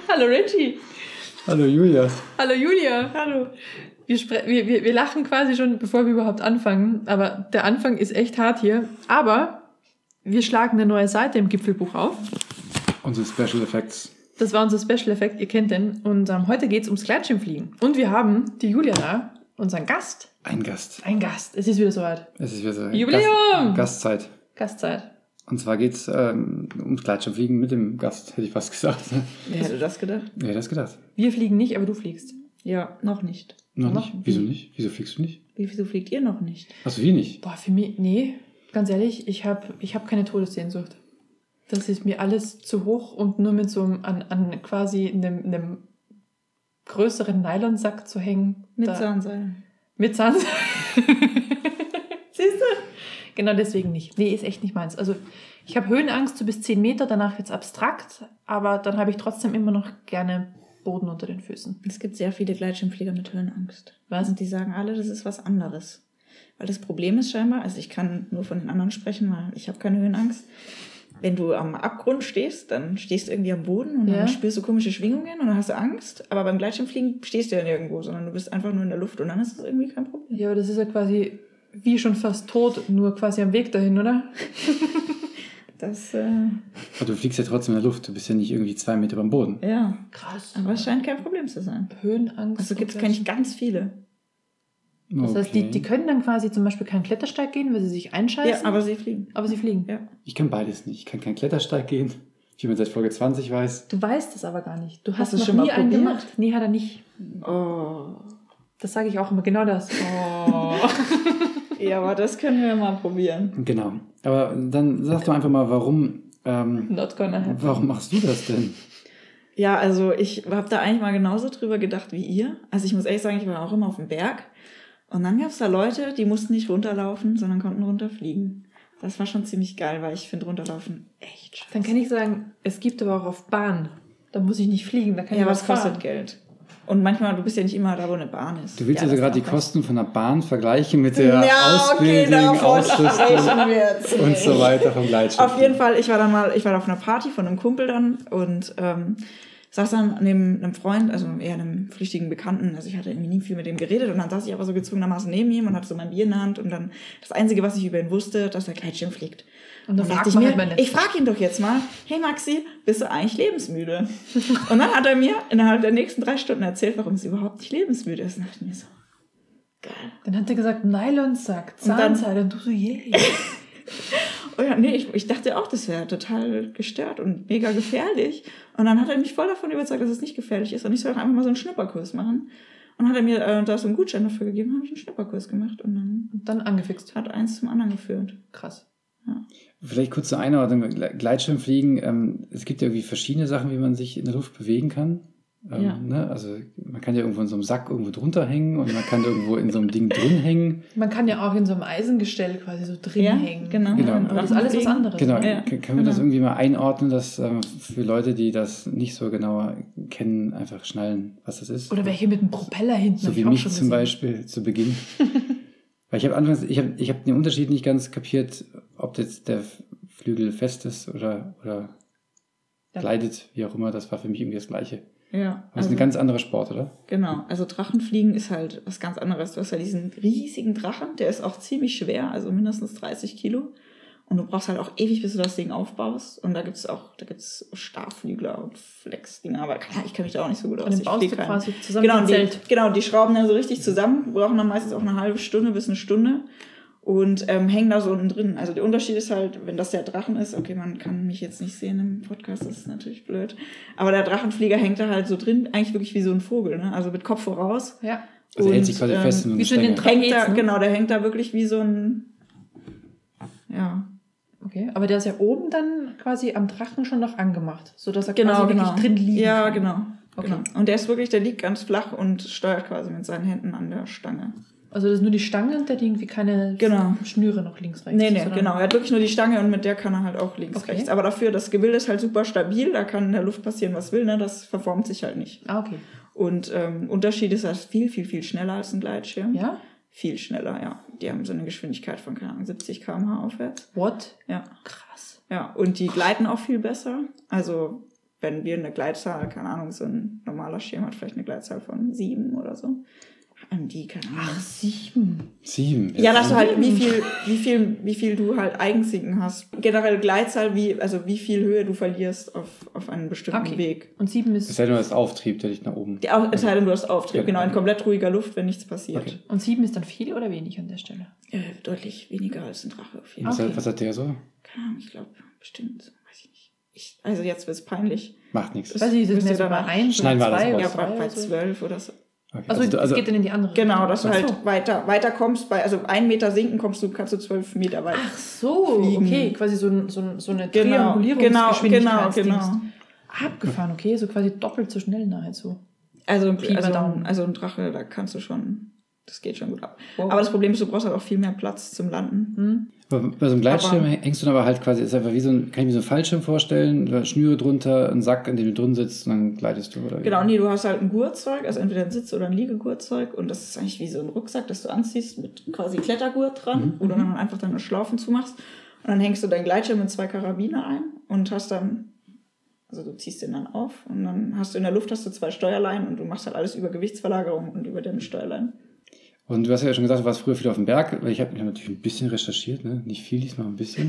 Hallo Richie. Hallo Julia. Hallo Julia. Hallo. Wir lachen quasi schon, bevor wir überhaupt anfangen. Aber der Anfang ist echt hart hier. Aber wir schlagen eine neue Seite im Gipfelbuch auf. Unsere Special Effects. Das war unser Special Effekt, ihr kennt den. Und heute geht es ums Gleitschirmfliegen. Und wir haben die Julia da, unseren Gast. Ein Gast. Es ist wieder soweit. Es ist wieder so. Jubiläum! Gastzeit. Und zwar geht es ums Gleitschirmfliegen mit dem Gast, hätte ich fast gesagt. Wer hätte das gedacht? Wer hätte das gedacht? Wir fliegen nicht, aber du fliegst. Ja, noch nicht. Noch nicht? Wieso nicht? Wieso fliegst du nicht? Wieso fliegt ihr noch nicht? Achso, wie nicht? Boah, für mich, nee, ganz ehrlich, ich hab keine Todessehnsucht. Das ist mir alles zu hoch und nur mit so an quasi einem größeren Nylonsack zu hängen. Mit Zahnseil. Mit Zahnseil. Siehst du? Genau deswegen nicht. Nee, ist echt nicht meins. Also ich habe Höhenangst so bis 10 Meter, danach wird's abstrakt, aber dann habe ich trotzdem immer noch gerne Boden unter den Füßen. Es gibt sehr viele Gleitschirmflieger mit Höhenangst. Was? Und die sagen alle, das ist was anderes. Weil das Problem ist scheinbar, also ich kann nur von den anderen sprechen, weil ich habe keine Höhenangst. Wenn du am Abgrund stehst, dann stehst du irgendwie am Boden und dann spürst du komische Schwingungen und dann hast du Angst. Aber beim Gleitschirmfliegen stehst du ja nirgendwo, sondern du bist einfach nur in der Luft und dann ist das irgendwie kein Problem. Ja, aber das ist ja quasi wie schon fast tot, nur quasi am Weg dahin, oder? Aber du fliegst ja trotzdem in der Luft, du bist ja nicht irgendwie 2 Meter beim Boden. Ja. Krass. Aber es scheint kein Problem zu sein. Höhenangst. Also kenne ich ganz viele. Das heißt, die können dann quasi zum Beispiel keinen Klettersteig gehen, weil sie sich einscheißen? Ja, aber sie fliegen. Aber sie fliegen? Ja. Ich kann beides nicht. Ich kann keinen Klettersteig gehen, wie man seit Folge 20 weiß. Du weißt es aber gar nicht. Du hast es noch schon nie mal einen probiert? gemacht. Nee, hat er nicht. Oh. Das sage ich auch immer, genau das. Oh. Ja, aber das können wir mal probieren. Genau. Aber dann sag doch einfach mal, warum machst du das denn? Ja, also ich habe da eigentlich mal genauso drüber gedacht wie ihr. Also ich muss ehrlich sagen, ich war auch immer auf dem Berg. Und dann gab es da Leute, die mussten nicht runterlaufen, sondern konnten runterfliegen. Das war schon ziemlich geil, weil ich finde runterlaufen echt scheiße. Dann kann ich sagen, es gibt aber auch auf Bahn. Da muss ich nicht fliegen, da kann ich Ja, was was kostet Geld? Und manchmal, du bist ja nicht immer da, wo eine Bahn ist. Du willst ja, also gerade die Kosten von der Bahn vergleichen mit der Ausbildung, Ausrüstung und so weiter vom Gleitschirm. Auf jeden Fall, ich war da auf einer Party von einem Kumpel dann und saß dann neben einem Freund, also eher einem flüchtigen Bekannten, also ich hatte irgendwie nie viel mit dem geredet und dann saß ich aber so gezwungenermaßen neben ihm und hatte so mein Bier in der Hand und dann das Einzige, was ich über ihn wusste, dass er Gleitschirm fliegt. Und dann dachte ich mir, ich frage ihn doch jetzt mal, hey Maxi, bist du eigentlich lebensmüde? Und dann hat er mir innerhalb der nächsten 3 Stunden erzählt, warum es überhaupt nicht lebensmüde ist. Und dachte ich mir so, geil. Dann hat er gesagt, Nylonsack, Zahnseil und du so, yeah. Oh ja, nee, ich dachte auch, das wäre total gestört und mega gefährlich. Und dann hat er mich voll davon überzeugt, dass es nicht gefährlich ist. Und ich soll doch einfach mal so einen Schnupperkurs machen. Und hat er mir da so einen Gutschein dafür gegeben, habe ich einen Schnupperkurs gemacht. Und dann angefixt. Hat eins zum anderen geführt. Krass. Ja. Vielleicht kurz zur Einordnung, Gleitschirmfliegen, es gibt ja irgendwie verschiedene Sachen, wie man sich in der Luft bewegen kann. Ja. Ne? Also man kann ja irgendwo in so einem Sack irgendwo drunter hängen und man kann irgendwo in so einem Ding drin hängen. Man kann ja auch in so einem Eisengestell quasi so drin hängen. Genau. Aber das ist alles was anderes. Genau. Ja. Können wir das irgendwie mal einordnen, dass für Leute, die das nicht so genau kennen, einfach schnallen, was das ist? Oder welche mit einem Propeller hinten. So wie mich zum Beispiel zu Beginn. Weil ich habe den Unterschied nicht ganz kapiert, ob jetzt der Flügel fest ist oder gleitet, wie auch immer. Das war für mich irgendwie das Gleiche. Ja. Das ist ein ganz anderer Sport, oder? Genau. Also Drachenfliegen ist halt was ganz anderes. Du hast ja diesen riesigen Drachen, der ist auch ziemlich schwer, also mindestens 30 Kilo. Und du brauchst halt auch ewig, bis du das Ding aufbaust. Und da gibt's Starrflügler und Flexdinger, aber ich kenne mich da auch nicht so gut aus. Und den baust du quasi zusammen genau, im Zelt. Die schrauben dann so richtig zusammen, brauchen dann meistens auch eine halbe Stunde bis eine Stunde und hängen da so unten drin. Also der Unterschied ist halt, wenn das der Drachen ist, okay, man kann mich jetzt nicht sehen im Podcast, das ist natürlich blöd, aber der Drachenflieger hängt da halt so drin, eigentlich wirklich wie so ein Vogel, ne? Also mit Kopf voraus. Ja. Also er hält sich quasi fest in einem Stängel. Genau, der hängt da wirklich wie so ein, ja. Okay, aber der ist ja oben dann quasi am Drachen schon noch angemacht, sodass er quasi wirklich drin liegt. Ja, genau. Okay. Genau. Und der liegt ganz flach und steuert quasi mit seinen Händen an der Stange. Also das ist nur die Stange und der hat irgendwie keine Schnüre noch links, rechts. Nee, genau. Er hat wirklich nur die Stange und mit der kann er halt auch links, rechts. Aber dafür, das Gebilde ist halt super stabil, da kann in der Luft passieren, was will, ne? Das verformt sich halt nicht. Ah, okay. Und Unterschied ist halt viel, viel, viel schneller als ein Gleitschirm. Ja? Viel schneller, ja. Die haben so eine Geschwindigkeit von, keine Ahnung, 70 km/h aufwärts. What? Ja. Krass. Ja, und die gleiten auch viel besser. Also wenn wir eine Gleitzahl, keine Ahnung, so ein normaler Schirm hat vielleicht eine Gleitzahl von 7 oder so. Die, keine Ahnung. Ach, 7. 7. Ja, dass du halt, wie viel du halt Eigensinken hast. Generell Gleitzahl, wie viel Höhe du verlierst auf einen bestimmten Weg. Und 7 ist... Es sei denn, du hast Auftrieb, der dich nach oben... Es sei denn, du hast Auftrieb, genau, in komplett ruhiger Luft, wenn nichts passiert. Okay. Und 7 ist dann viel oder wenig an der Stelle? Deutlich weniger als ein Drache auf jeden Fall. Was hat der so? Keine Ahnung, ich glaube, bestimmt, weiß ich nicht. Also jetzt wird es peinlich. Macht nichts. Weiß ich, das ist Müsst mehr ihr so bei danach 1 schneiden oder wir 2 alles oder raus. bei 3 12 oder so. Okay. Also es geht dann in die andere Genau, dass du Ach halt so. weiter kommst, also 1 Meter sinken kannst du 12 Meter weit. Ach so, fliegen. okay, quasi so eine Genau, Triangulierungsgeschwindigkeitsdings. Abgefahren, okay, so quasi doppelt so schnell nahezu. Also Pi mal Daumen. ein Drache, da kannst du schon, das geht schon gut ab. Wow. Aber das Problem ist, du brauchst halt auch viel mehr Platz zum Landen. Aber bei so einem Gleitschirm hängst du dann aber halt quasi, ist einfach wie kann ich mir so einen Fallschirm vorstellen, da Schnüre drunter, einen Sack, in dem du drin sitzt und dann gleitest du, oder wie? Genau, nee, du hast halt ein Gurtzeug, also entweder ein Sitz- oder ein Liegegurtzeug und das ist eigentlich wie so ein Rucksack, das du anziehst mit quasi Klettergurt dran, wo du dann einfach deine Schlaufen zumachst und dann hängst du deinen Gleitschirm mit 2 Karabiner ein und hast dann, also du ziehst den dann auf und dann hast du in der Luft 2 Steuerleinen und du machst halt alles über Gewichtsverlagerung und über deine Steuerleinen. Und du hast ja schon gesagt, du warst früher viel auf dem Berg, weil ich habe natürlich ein bisschen recherchiert, ne? Nicht viel, diesmal ein bisschen.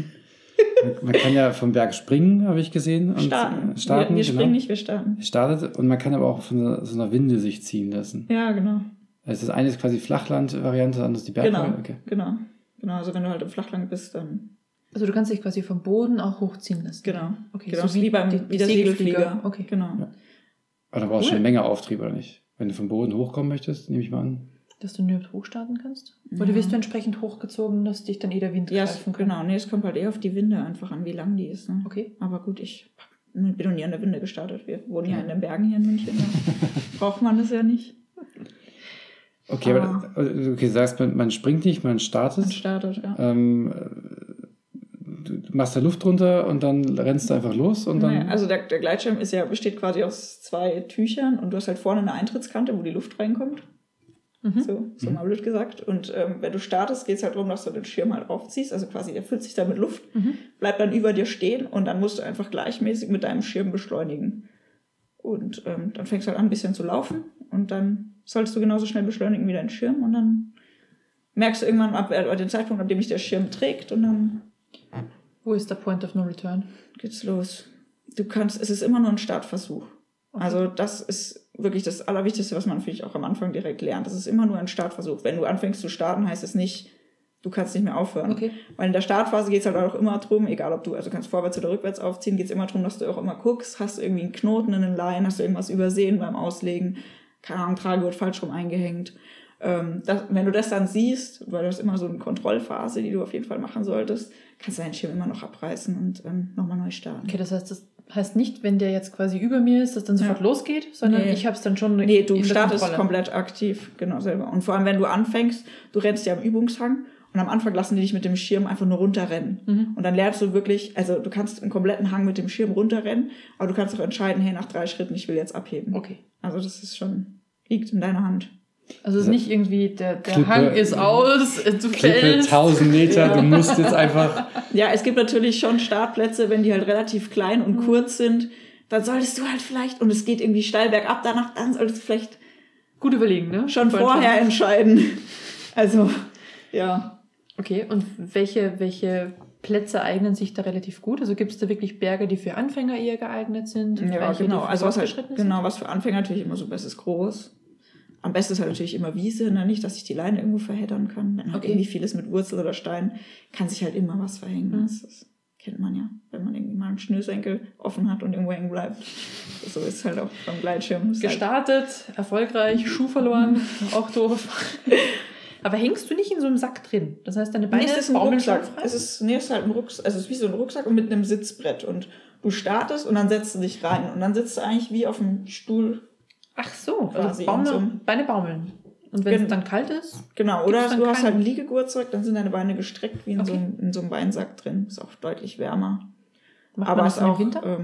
Man kann ja vom Berg springen, habe ich gesehen. Und starten. Wir springen nicht, wir starten. Startet und man kann aber auch von so einer Winde sich ziehen lassen. Ja, genau. Also das eine ist quasi Flachland-Variante, das andere ist die Bergvariante. Okay. Genau. Also wenn du halt im Flachland bist, dann... Also du kannst dich quasi vom Boden auch hochziehen lassen. Genau. Okay, genau, so wie der Segelflieger. Okay. Genau. Ja. Aber da brauchst du schon eine Menge Auftrieb, oder nicht? Wenn du vom Boden hochkommen möchtest, nehme ich mal an. Dass du nur hochstarten kannst? Oder wirst du entsprechend hochgezogen, dass dich dann der Wind greifen kann? Genau. Nee, es kommt halt eher auf die Winde einfach an, wie lang die ist. Ne? Okay. Aber gut, ich bin noch nie an der Winde gestartet. Wir wohnen ja in den Bergen hier in München. Da braucht man das ja nicht. Okay, aber du sagst, man springt nicht, man startet. Man startet, ja. Du machst da Luft drunter und dann rennst du einfach los und dann... Naja, also der Gleitschirm besteht quasi aus 2 Tüchern und du hast halt vorne eine Eintrittskante, wo die Luft reinkommt. So mal blöd gesagt. Und wenn du startest, geht es halt darum, dass du den Schirm halt aufziehst. Also quasi, der füllt sich dann mit Luft, bleibt dann über dir stehen und dann musst du einfach gleichmäßig mit deinem Schirm beschleunigen. Und dann fängst du halt an, ein bisschen zu laufen und dann sollst du genauso schnell beschleunigen wie dein Schirm und dann merkst du irgendwann den Zeitpunkt, ab dem dich der Schirm trägt und dann... Wo ist der Point of No Return? Geht's los. Es ist immer nur ein Startversuch. Okay. Also das ist wirklich das Allerwichtigste, was man natürlich auch am Anfang direkt lernt. Das ist immer nur ein Startversuch. Wenn du anfängst zu starten, heißt es nicht, du kannst nicht mehr aufhören. Okay. Weil in der Startphase geht es halt auch immer darum, egal ob du kannst vorwärts oder rückwärts aufziehen, geht es immer darum, dass du auch immer guckst, hast du irgendwie einen Knoten in den Leinen, hast du irgendwas übersehen beim Auslegen, keine Ahnung, Trage wird falsch rum eingehängt. Wenn du das dann siehst, weil das immer so eine Kontrollphase, die du auf jeden Fall machen solltest, kannst du deinen Schirm immer noch abreißen und nochmal neu starten. Okay, das heißt nicht, wenn der jetzt quasi über mir ist, dass dann sofort losgeht, sondern ich habe es dann schon Nee, du startest komplett aktiv, genau selber. Und vor allem, wenn du anfängst, du rennst ja am Übungshang und am Anfang lassen die dich mit dem Schirm einfach nur runterrennen. Und dann lernst du wirklich, also du kannst einen kompletten Hang mit dem Schirm runterrennen, aber du kannst auch entscheiden, hey, nach 3 Schritten, ich will jetzt abheben. Okay. Also das ist liegt in deiner Hand. Also es ist nicht irgendwie, der Hang ist aus, du Klippe, fällst. 1000 Meter, du musst jetzt einfach... Ja, es gibt natürlich schon Startplätze, wenn die halt relativ klein und kurz sind, dann solltest du halt vielleicht, und es geht irgendwie steil bergab danach, dann solltest du vielleicht gut überlegen, ne? Schon vorher entscheiden. Also, ja. Okay, und welche Plätze eignen sich da relativ gut? Also gibt es da wirklich Berge, die für Anfänger eher geeignet sind? Ja, genau. Also was was für Anfänger natürlich immer so bestes groß. Am besten ist halt natürlich immer Wiese, ne? Nicht, dass sich die Leine irgendwo verheddern kann. Wenn halt irgendwie vieles mit Wurzel oder Stein, kann sich halt immer was verhängen. Das kennt man ja, wenn man irgendwie mal einen Schnürsenkel offen hat und irgendwo hängen bleibt. So ist es halt auch beim Gleitschirm. Gestartet, erfolgreich, Schuh verloren, auch doof. Aber hängst du nicht in so einem Sack drin? Das heißt, deine Beine ist ein Rucksack. Es ist halt ein Rucksack, also es ist wie so ein Rucksack und mit einem Sitzbrett. Und du startest und dann setzt du dich rein. Und dann sitzt du eigentlich wie auf dem Stuhl. Ach so, quasi also Beine baumeln. Und wenn es dann kalt ist? Genau, oder du hast halt ein Liegegurtzeug, dann sind deine Beine gestreckt wie in so einem Beinsack drin. Ist auch deutlich wärmer. Macht man das im Winter?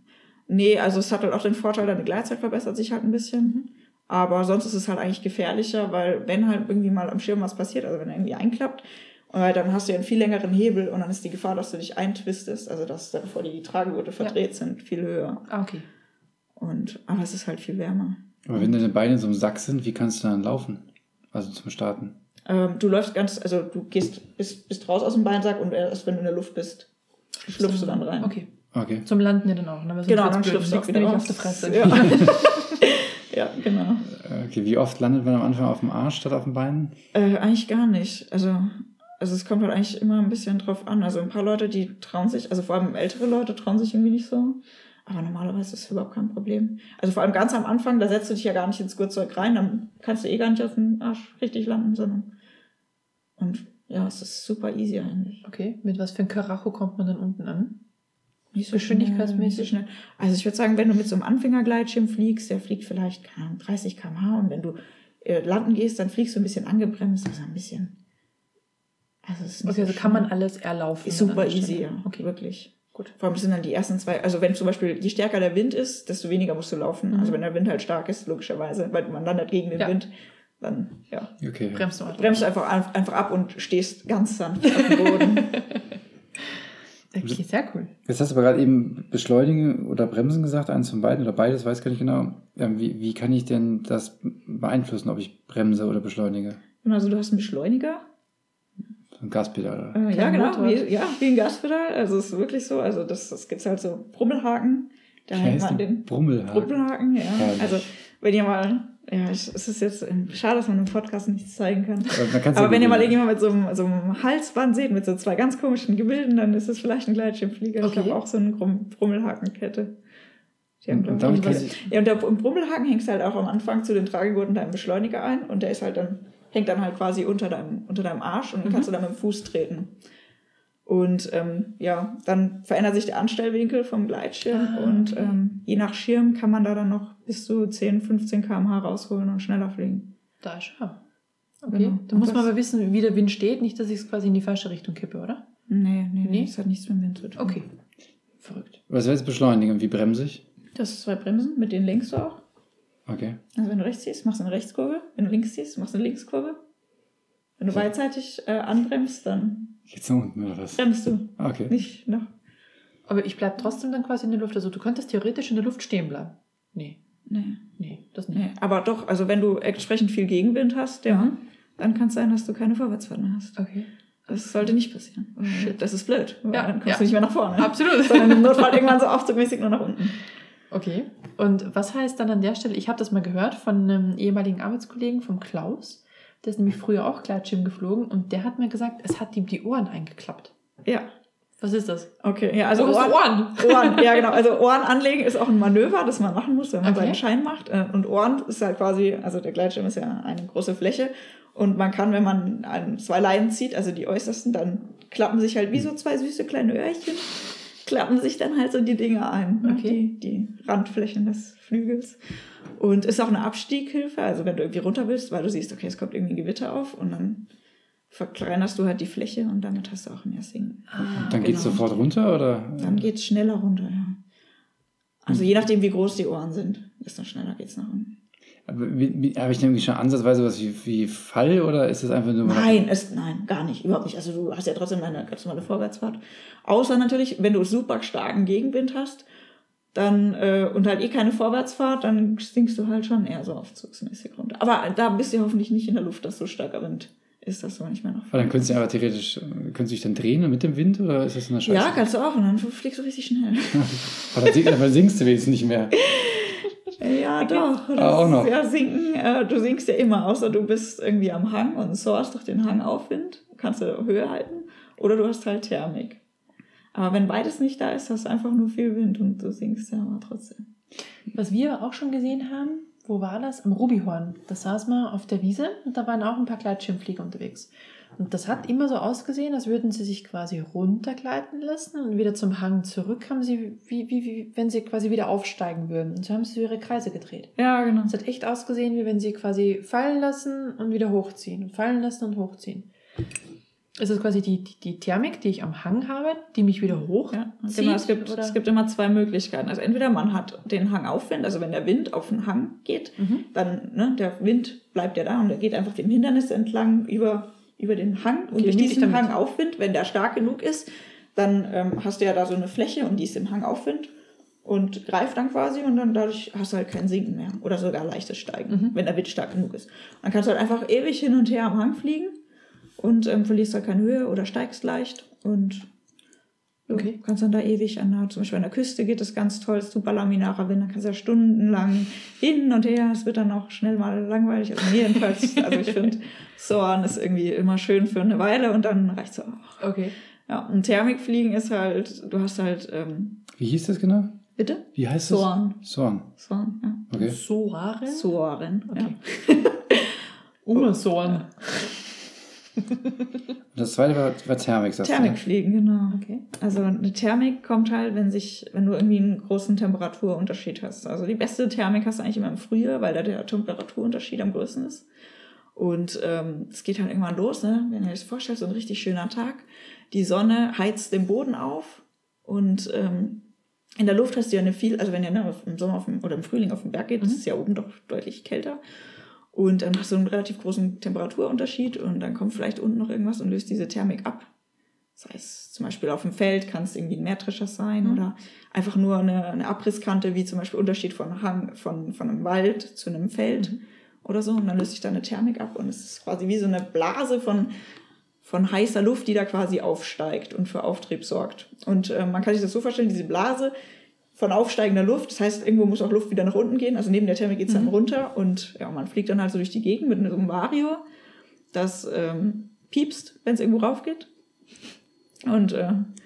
Nee, also es hat halt auch den Vorteil, deine Gleitzeit verbessert sich halt ein bisschen. Aber sonst ist es halt eigentlich gefährlicher, weil wenn halt irgendwie mal am Schirm was passiert, also wenn er irgendwie einklappt, dann hast du ja einen viel längeren Hebel und dann ist die Gefahr, dass du dich eintwistest, also dass dann vor die Tragegurte verdreht sind, viel höher. Ah, okay. Aber es ist halt viel wärmer. Aber wenn deine Beine in so einem Sack sind, wie kannst du dann laufen? Also zum Starten. Du läufst du bist raus aus dem Beinsack und erst wenn du in der Luft bist, schlüpfst du dann rein. Okay. Zum Landen ja dann auch. Ne? Genau, dann schlüpfst du auch wieder auf der Fresse. Ja. Ja, genau. Okay, wie oft landet man am Anfang auf dem Arsch statt auf dem Bein? Eigentlich gar nicht. Also es kommt halt eigentlich immer ein bisschen drauf an. Also ein paar Leute, die trauen sich, also vor allem ältere Leute trauen sich irgendwie nicht so. Aber normalerweise ist das überhaupt kein Problem. Also vor allem ganz am Anfang, da setzt du dich ja gar nicht ins Gurtzeug rein, dann kannst du gar nicht auf dem Arsch richtig landen, sondern und ja, es ist super easy eigentlich. Okay, mit was für ein Karacho kommt man dann unten an? Nicht so Geschwindigkeitsmäßig? schnell. Also ich würde sagen, wenn du mit so einem Anfängergleitschirm fliegst, der fliegt vielleicht 30 km/h und wenn du landen gehst, dann fliegst du ein bisschen angebremst, also ein bisschen. Also es ist nicht also so kann man schnell. alles erlaufen. Ist super easy, ja. Okay. Wirklich. Gut. Vor allem sind dann die ersten 2, also wenn zum Beispiel, je stärker der Wind ist, desto weniger musst du laufen. Also wenn der Wind halt stark ist, logischerweise, weil man landet gegen den Wind, dann, ja. Okay. Bremst du einfach ab und stehst ganz sanft auf dem Boden. Okay, sehr cool. Jetzt hast du aber gerade eben Beschleunigen oder Bremsen gesagt, eins von beiden oder beides, weiß gar nicht genau. Wie kann ich denn das beeinflussen, ob ich bremse oder beschleunige? Also du hast einen Beschleuniger. So ein Gaspedal. Oder? Ja, genau. Wie ein Gaspedal. Also es ist wirklich so. Also das gibt halt so Brummelhaken. Da hängt man den Brummelhaken, ja. Herrlich. Also wenn ihr mal, ja, es ist jetzt schade, dass man im Podcast nichts zeigen kann. Aber wenn ihr mal irgendjemand mit so einem Halsband seht, mit so 2 ganz komischen Gebilden, dann ist es vielleicht ein Gleitschirmflieger. Okay. Ich habe auch so eine Brummelhakenkette. Und damit Und der Brummelhaken hängst halt auch am Anfang zu den Tragegurten deinem Beschleuniger ein und der ist halt hängt dann halt quasi unter deinem Arsch und dann kannst du dann mit dem Fuß treten. Und dann verändert sich der Anstellwinkel vom Gleitschirm und je nach Schirm kann man da dann noch bis zu 10, 15 km/h rausholen und schneller fliegen. Da ist schon. Okay, Genau. da muss man aber wissen, wie der Wind steht, nicht, dass ich es quasi in die falsche Richtung kippe, oder? Nee, das hat nichts mit dem Wind zu tun. Okay, verrückt. Was wäre jetzt beschleunigen und wie bremse ich? Das ist 2 Bremsen, mit denen lenkst du auch. Okay. Also wenn du rechts ziehst, machst du eine Rechtskurve. Wenn du links ziehst, machst du eine Linkskurve. Wenn du beidseitig anbremst, dann Geht's nach unten oder was? bremst du. Okay. Nicht noch. Aber ich bleibe trotzdem dann quasi in der Luft. Also du könntest theoretisch in der Luft stehen bleiben. Nee, das nicht. Nee, aber doch, also wenn du entsprechend viel Gegenwind hast, dann kann es sein, dass du keine Vorwärtsfahrt mehr hast. Okay. Das sollte nicht passieren. Shit. Das ist blöd. Ja, Dann kommst du nicht mehr nach vorne. Absolut. Sondern im Notfall irgendwann so aufzugmäßig nur nach unten. Okay. Und was heißt dann an der Stelle, ich habe das mal gehört von einem ehemaligen Arbeitskollegen, vom Klaus, der ist nämlich früher auch Gleitschirm geflogen und der hat mir gesagt, es hat ihm die Ohren eingeklappt. Ja. Was ist das? Okay, ja, also Ohren. Ohren, ja genau. Also Ohren anlegen ist auch ein Manöver, das man machen muss, wenn man Okay. seinen Schein macht. Und Ohren ist halt quasi, also der Gleitschirm ist ja eine große Fläche und man kann, wenn man 2 Leinen zieht, also die äußersten, dann klappen sich halt wie so 2 süße kleine Öhrchen, klappen sich dann halt so die Dinger ein, Okay. die Randflächen des Flügels. Und ist auch eine Abstieghilfe, also wenn du irgendwie runter willst, weil du siehst, okay, es kommt irgendwie ein Gewitter auf und dann verkleinerst du halt die Fläche und damit hast du auch mehr Sinken. Dann geht's Genau. sofort runter oder? Dann geht's schneller runter, ja. Also je nachdem, wie groß die Ohren sind, desto schneller geht's nach unten. Aber habe ich nämlich schon ansatzweise was wie Fall oder ist das einfach nur... Nein, gar nicht, überhaupt nicht. Also du hast ja trotzdem eine ganz normale Vorwärtsfahrt. Außer natürlich, wenn du super starken Gegenwind hast, dann und halt keine Vorwärtsfahrt, dann sinkst du halt schon eher so aufzugsmäßig runter. Aber da bist du hoffentlich nicht in der Luft, dass so starker Wind ist, dass du nicht mehr nach Aber dann könntest du aber theoretisch, könntest du dich dann drehen mit dem Wind oder ist das eine Scheiße? Ja, kannst du auch und dann fliegst du richtig schnell. Aber dann singst du wenigstens nicht mehr. Ja, doch. Auch noch. Ja, sinken, du sinkst ja immer, außer du bist irgendwie am Hang und soarst durch den Hang Aufwind, kannst du Höhe halten, oder du hast halt Thermik. Aber wenn beides nicht da ist, hast du einfach nur viel Wind und du sinkst ja aber trotzdem. Was wir aber auch schon gesehen haben, wo war das? Am Rubihorn. Da saß man auf der Wiese und da waren auch ein paar Gleitschirmflieger unterwegs. Und das hat immer so ausgesehen, als würden sie sich quasi runtergleiten lassen und wieder zum Hang zurück haben sie, wie wenn sie quasi wieder aufsteigen würden. Und so haben sie ihre Kreise gedreht. Ja, genau. Es hat echt ausgesehen, wie wenn sie quasi fallen lassen und wieder hochziehen. Und fallen lassen und hochziehen. Es ist quasi die Thermik, die ich am Hang habe, die mich wieder hochzieht. Ja, genau, es gibt immer 2 Möglichkeiten. Also entweder man hat den Hang Aufwind, also wenn der Wind auf den Hang geht, dann, der Wind bleibt ja da und der geht einfach dem Hindernis entlang über den Hang. Und durch diesen Hang Aufwind, wenn der stark genug ist, dann hast du ja da so eine Fläche und die ist im Hang Aufwind. und greift dann quasi und dann dadurch hast du halt kein Sinken mehr oder sogar leichtes Steigen, wenn der Wind stark genug ist. Dann kannst du halt einfach ewig hin und her am Hang fliegen und verlierst halt keine Höhe oder steigst leicht und kannst dann da ewig zum Beispiel an der Küste geht das ganz toll, ist super laminarer Wind, dann kannst du ja stundenlang hin und her, es wird dann auch schnell mal langweilig, also mir jedenfalls, also ich finde, Soaren ist irgendwie immer schön für eine Weile und dann reicht's auch. Okay. Ja, und Thermikfliegen ist halt, du hast halt... Wie hieß das genau? Bitte? Wie heißt das? Soaren. Soaren, ja. okay. Soarin? Soarin, Okay. ja. Soarin. Und das zweite war Thermik, sagst du? Thermikfliegen, genau. Okay. Also eine Thermik kommt halt, wenn du irgendwie einen großen Temperaturunterschied hast. Also die beste Thermik hast du eigentlich immer im Frühjahr, weil da der Temperaturunterschied am größten ist. Und es geht halt irgendwann los, ne? Wenn ihr euch das vorstellt, so ein richtig schöner Tag. Die Sonne heizt den Boden auf und in der Luft hast du ja also wenn ihr im Sommer oder im Frühling auf den Berg geht, ist es ja oben doch deutlich kälter. Und dann hast du einen relativ großen Temperaturunterschied und dann kommt vielleicht unten noch irgendwas und löst diese Thermik ab. Das heißt, zum Beispiel auf dem Feld kann es irgendwie ein Mähdrescher sein oder einfach nur eine Abrisskante, wie zum Beispiel Unterschied von einem Wald zu einem Feld oder so. Und dann löst sich da eine Thermik ab und es ist quasi wie so eine Blase von heißer Luft, die da quasi aufsteigt und für Auftrieb sorgt. Und man kann sich das so vorstellen, diese Blase von aufsteigender Luft, das heißt, irgendwo muss auch Luft wieder nach unten gehen, also neben der Thermik geht es dann runter und ja, man fliegt dann halt so durch die Gegend mit einem Vario, das piepst, wenn es irgendwo rauf geht. Und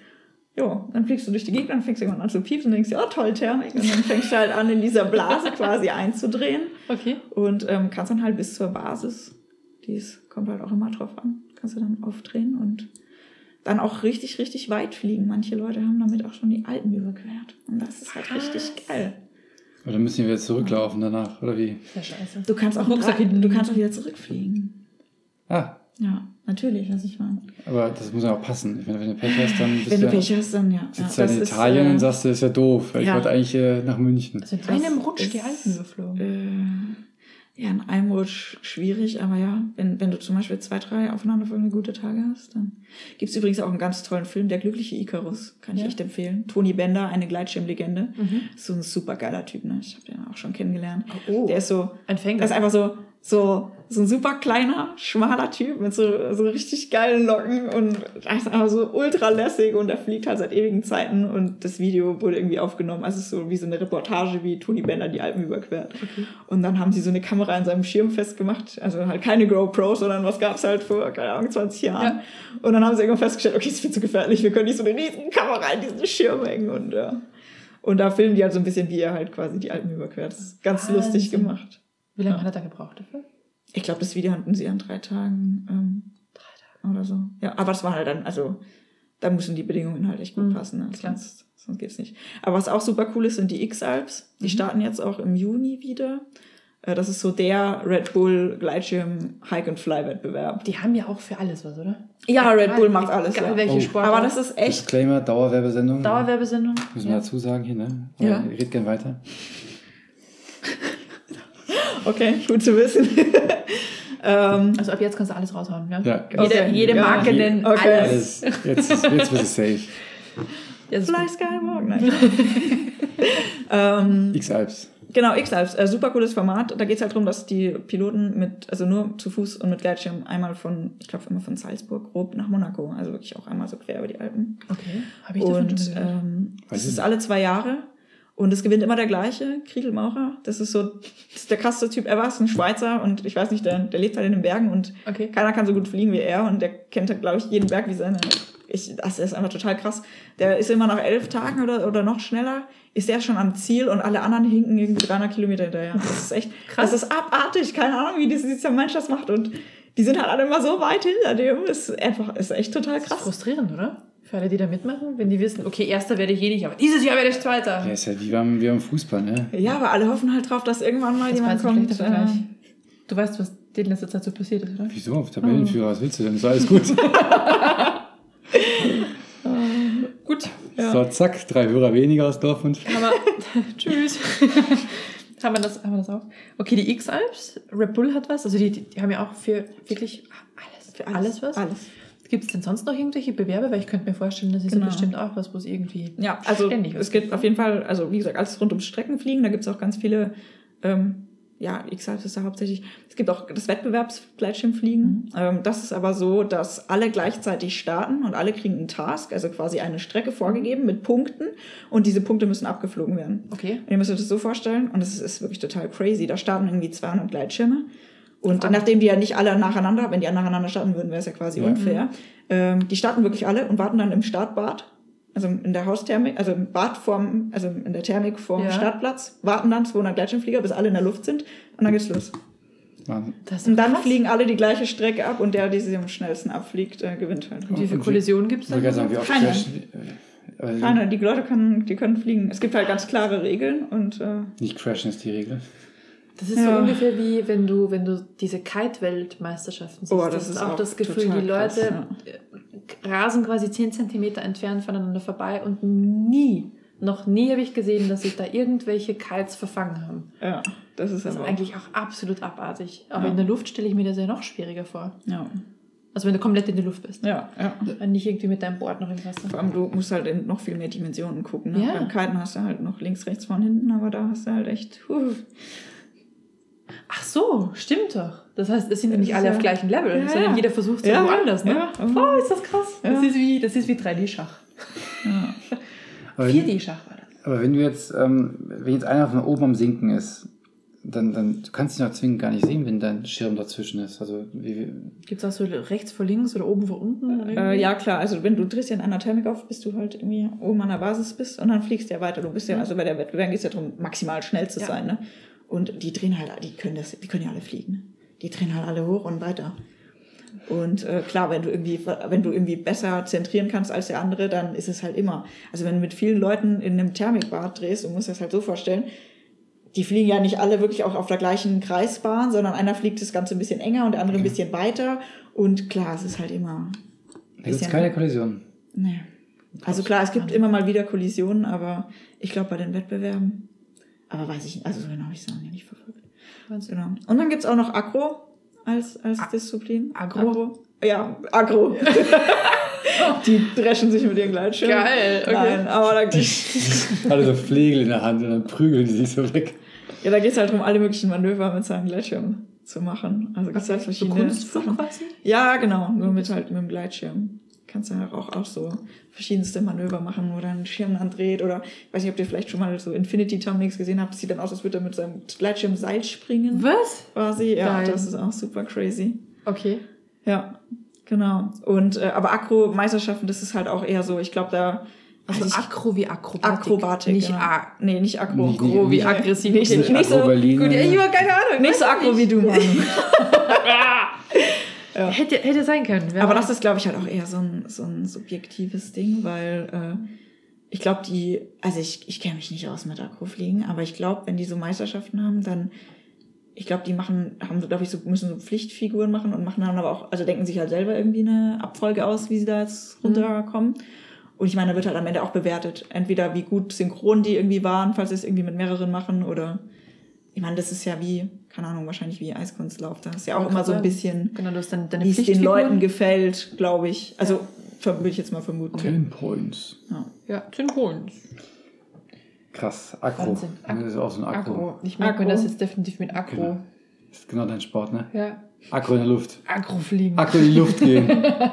dann fliegst du durch die Gegend, dann fängst du irgendwann an zu piepsen und denkst, ja, toll, Thermik. Und dann fängst du halt an, in dieser Blase quasi einzudrehen. Okay. Und kannst dann halt bis zur Basis, kommt halt auch immer drauf an, kannst du dann aufdrehen und dann auch richtig, richtig weit fliegen. Manche Leute haben damit auch schon die Alpen überquert. Und das ist halt richtig geil. Oder müssen wir jetzt zurücklaufen danach, oder wie? Sehr scheiße. Du kannst auch wieder zurückfliegen. Ah, Ja, natürlich, was ich meine. aber das muss ja auch passen. Ich meine, wenn du Pech hast, dann Wenn du Pech hast, dann ja. sitzt du in Italien und sagst, das ist ja doof. Weil ich wollte eigentlich nach München. Also in einem Rutsch die Alpen überflogen. Ja, in einem Rutsch schwierig, aber ja, wenn du zum Beispiel 2, 3 aufeinanderfolgende gute Tage hast, dann gibt's übrigens auch einen ganz tollen Film, Der glückliche Ikarus, kann ich echt empfehlen. Toni Bender, eine Gleitschirmlegende. So ein super geiler Typ, ne? Ich habe den auch schon kennengelernt. Der ist so, ein Fänger. der ist einfach so ein super kleiner, schmaler Typ mit so richtig geilen Locken und er ist einfach so ultra lässig und er fliegt halt seit ewigen Zeiten und das Video wurde irgendwie aufgenommen. Also es ist so wie so eine Reportage, wie Toni Bender die Alpen überquert. Okay. Und dann haben sie so eine Kamera in seinem Schirm festgemacht, also halt keine GoPro, sondern was gab's halt vor, keine Ahnung, 20 Jahren. Ja. Und dann haben sie irgendwann festgestellt, okay, ist viel zu gefährlich, wir können nicht so eine riesen Kamera in diesen Schirm hängen und ja. Und da filmen die halt so ein bisschen, wie er halt quasi die Alpen überquert. Das ist ganz lustig gemacht. Wie lange hat er gebraucht dafür? Ich glaube, das Video hatten sie an 3 Tagen. 3 Tage oder so. Ja, aber es war halt dann, also da müssen die Bedingungen halt echt gut passen. Ne? Sonst geht's nicht. Aber was auch super cool ist, sind die X-Alps. Die starten jetzt auch im Juni wieder. Das ist so der Red Bull Gleitschirm Hike-and-Fly-Wettbewerb. Die haben ja auch für alles was, oder? Ja, Red Bull macht alles. Egal welche Sport. Aber das ist echt... Disclaimer, Dauerwerbesendung. Dauerwerbesendung. Müssen wir dazu sagen hier, ne? Ja. Ihr redet gern weiter. Okay, gut zu wissen. Also ab jetzt kannst du alles raushauen, ja? Ja. Jede Marke nennen, alles. Jetzt wird es safe. Fly Skywalk. X-Alps. Genau, X-Alps. Super cooles Format. Da geht es halt darum, dass die Piloten nur zu Fuß und mit Gleitschirm einmal von Salzburg grob nach Monaco. Also wirklich auch einmal so quer über die Alpen. Okay, habe ich davon schon gehört. Das ist alle 2 Jahre. Und es gewinnt immer der gleiche, Kriegel Maurer. Das ist der krasseste Typ ever, ist ein Schweizer und ich weiß nicht, der lebt halt in den Bergen und keiner kann so gut fliegen wie er und der kennt halt, glaube ich, jeden Berg wie seine. Das ist einfach total krass. Der ist immer nach 11 Tagen oder noch schneller, ist der schon am Ziel und alle anderen hinken irgendwie 300 Kilometer hinterher. Das ist echt krass. Das ist abartig, keine Ahnung, wie dieser Mensch das macht und die sind halt alle immer so weit hinter dem. Ist echt total krass. Das ist frustrierend, oder? Für alle, die da mitmachen, wenn die wissen, okay, Erster werde ich nicht, aber dieses Jahr werde ich Zweiter. Ja, ist ja wie beim Fußball, ne? Ja, aber alle hoffen halt drauf, dass irgendwann mal jemand kommt. Du weißt, was in letzter Zeit so passiert ist, oder? Wieso? Tabellenführer, was willst du denn? Ist alles gut. Gut. Ja. So, zack, 3 Hörer weniger aus Dortmund. Tschüss. haben wir das auch? Okay, die X-Alps, Red Bull hat was, also die haben ja auch für wirklich alles was. Alles. Gibt es denn sonst noch irgendwelche Bewerbe? Weil ich könnte mir vorstellen, das ist ja bestimmt auch was, wo es irgendwie ja, also ständig es gibt auf jeden Fall, also wie gesagt, alles rund ums Streckenfliegen. Da gibt es auch ganz viele, X-Alp ist da hauptsächlich. Es gibt auch das Wettbewerbsgleitschirmfliegen. Das ist aber so, dass alle gleichzeitig starten und alle kriegen einen Task, also quasi eine Strecke vorgegeben mit Punkten und diese Punkte müssen abgeflogen werden. Okay. Und ihr müsst euch das so vorstellen und das ist wirklich total crazy. Da starten irgendwie 200 Gleitschirme und nachdem die ja nicht alle nacheinander, wenn die nacheinander starten würden, wäre es ja quasi unfair. Die starten wirklich alle und warten dann im Startbad. Also in der Hausthermik, also im Bad also in der Thermik vorm Startplatz, warten dann 200 Gleitschirmflieger, bis alle in der Luft sind und dann geht's los. Und dann fliegen alle die gleiche Strecke ab und der sie am schnellsten abfliegt, gewinnt halt. Und wie viele Kollisionen gibt es dann? Keine, die Leute können fliegen. Es gibt halt ganz klare Regeln und nicht crashen ist die Regel. Das ist so ungefähr wie wenn du diese Kite-Weltmeisterschaften siehst. Das ist auch das Gefühl, die Leute rasen quasi 10 Zentimeter entfernt voneinander vorbei und noch nie habe ich gesehen, dass sich da irgendwelche Kites verfangen haben. Ja, das ist eigentlich auch absolut abartig. Aber in der Luft stelle ich mir das ja noch schwieriger vor. Ja. Also wenn du komplett in der Luft bist. Ja. Nicht irgendwie mit deinem Board noch im Wasser. Vor allem, du musst halt in noch viel mehr Dimensionen gucken. Ne? Ja. Beim Kiten hast du halt noch links, rechts, vorne, hinten, aber da hast du halt echt... Ach so, stimmt doch. Das heißt, es sind ja nicht alle auf gleichem Level, sondern jeder versucht es woanders. Ne? Ja. Oh, ist das krass. Ja. Das ist wie 3D-Schach. Ja. 4D-Schach war das. Aber wenn du jetzt, wenn jetzt einer von oben am Sinken ist, dann du kannst dich noch zwingend gar nicht sehen, wenn dein Schirm dazwischen ist. Also gibt es auch so rechts vor links oder oben vor unten? Ja, klar. Also wenn du drehst ja in einer Thermik auf, bis du halt irgendwie oben an der Basis bist und dann fliegst du ja weiter. Du bist ja, also bei der Wettbewerb geht es ja darum, maximal schnell zu sein. Ne? Und die drehen halt, die können ja alle fliegen. Die drehen halt alle hoch und weiter. Und klar, wenn du irgendwie besser zentrieren kannst als der andere, dann ist es halt immer. Also wenn du mit vielen Leuten in einem Thermikbad drehst, du musst das halt so vorstellen, die fliegen ja nicht alle wirklich auch auf der gleichen Kreisbahn, sondern einer fliegt das Ganze ein bisschen enger und der andere ein bisschen weiter. Und klar, es ist halt immer... Da gibt es keine Kollision. Nee. Also klar, es gibt immer mal wieder Kollisionen, aber ich glaube bei den Wettbewerben... Aber weiß ich nicht, also so genau habe ich es noch nicht verfolgt. Genau. Und dann gibt es auch noch Akro als Disziplin. Agro? Ja, Agro. Die dreschen sich mit ihren Gleitschirmen. Geil, okay. Nein, aber da alle so Flegel in der Hand und dann prügeln die sich so weg. Ja, da geht es halt darum, alle möglichen Manöver mit seinem Gleitschirm zu machen. Also gibt es halt verschiedene Sachen. Quasi? Ja, genau, nur mit dem Gleitschirm. Kannst du ja auch so verschiedenste Manöver machen, wo dann ein Schirm andreht oder ich weiß nicht, ob ihr vielleicht schon mal so Infinity Tumbling gesehen habt. Das sieht dann aus, als würde er mit seinem Gleitschirm Seil springen. Was? Quasi, ja, das ist auch super crazy. Okay. Ja, genau. Und aber Akro-Meisterschaften, das ist halt auch eher so, ich glaube da... Also Akro wie Akrobatik. Akrobatik, nicht genau. Nee, nicht Akro. Akro wie aggressiv. Nicht so gut, ich habe keine Ahnung. Nicht so Akro wie du, Mann. Ja. Hätte sein können. Aber das ist, glaube ich, halt auch eher so ein subjektives Ding, weil ich glaube, ich kenne mich nicht aus mit Akrofliegen, aber ich glaube, wenn die so Meisterschaften haben, dann, ich glaube, müssen so Pflichtfiguren machen und machen dann aber auch, also denken sich halt selber irgendwie eine Abfolge aus, wie sie da jetzt runterkommen. Und ich meine, da wird halt am Ende auch bewertet, entweder wie gut synchron die irgendwie waren, falls sie es irgendwie mit mehreren machen oder... Ich meine, das ist ja wie, keine Ahnung, wahrscheinlich wie Eiskunstlauf. Da ist ja auch immer so ein bisschen, genau, du hast dann deine wie es den Leuten gefällt, glaube ich. Also, würde ich jetzt mal vermuten. 10 Points. Ja, 10 Points. Krass, Akro. Das ist auch so ein Akro. Ich merke mir das jetzt definitiv mit Akro. Genau. Das ist genau dein Sport, ne? Ja. Akro in der Luft. Akro fliegen. Akro in die Luft gehen.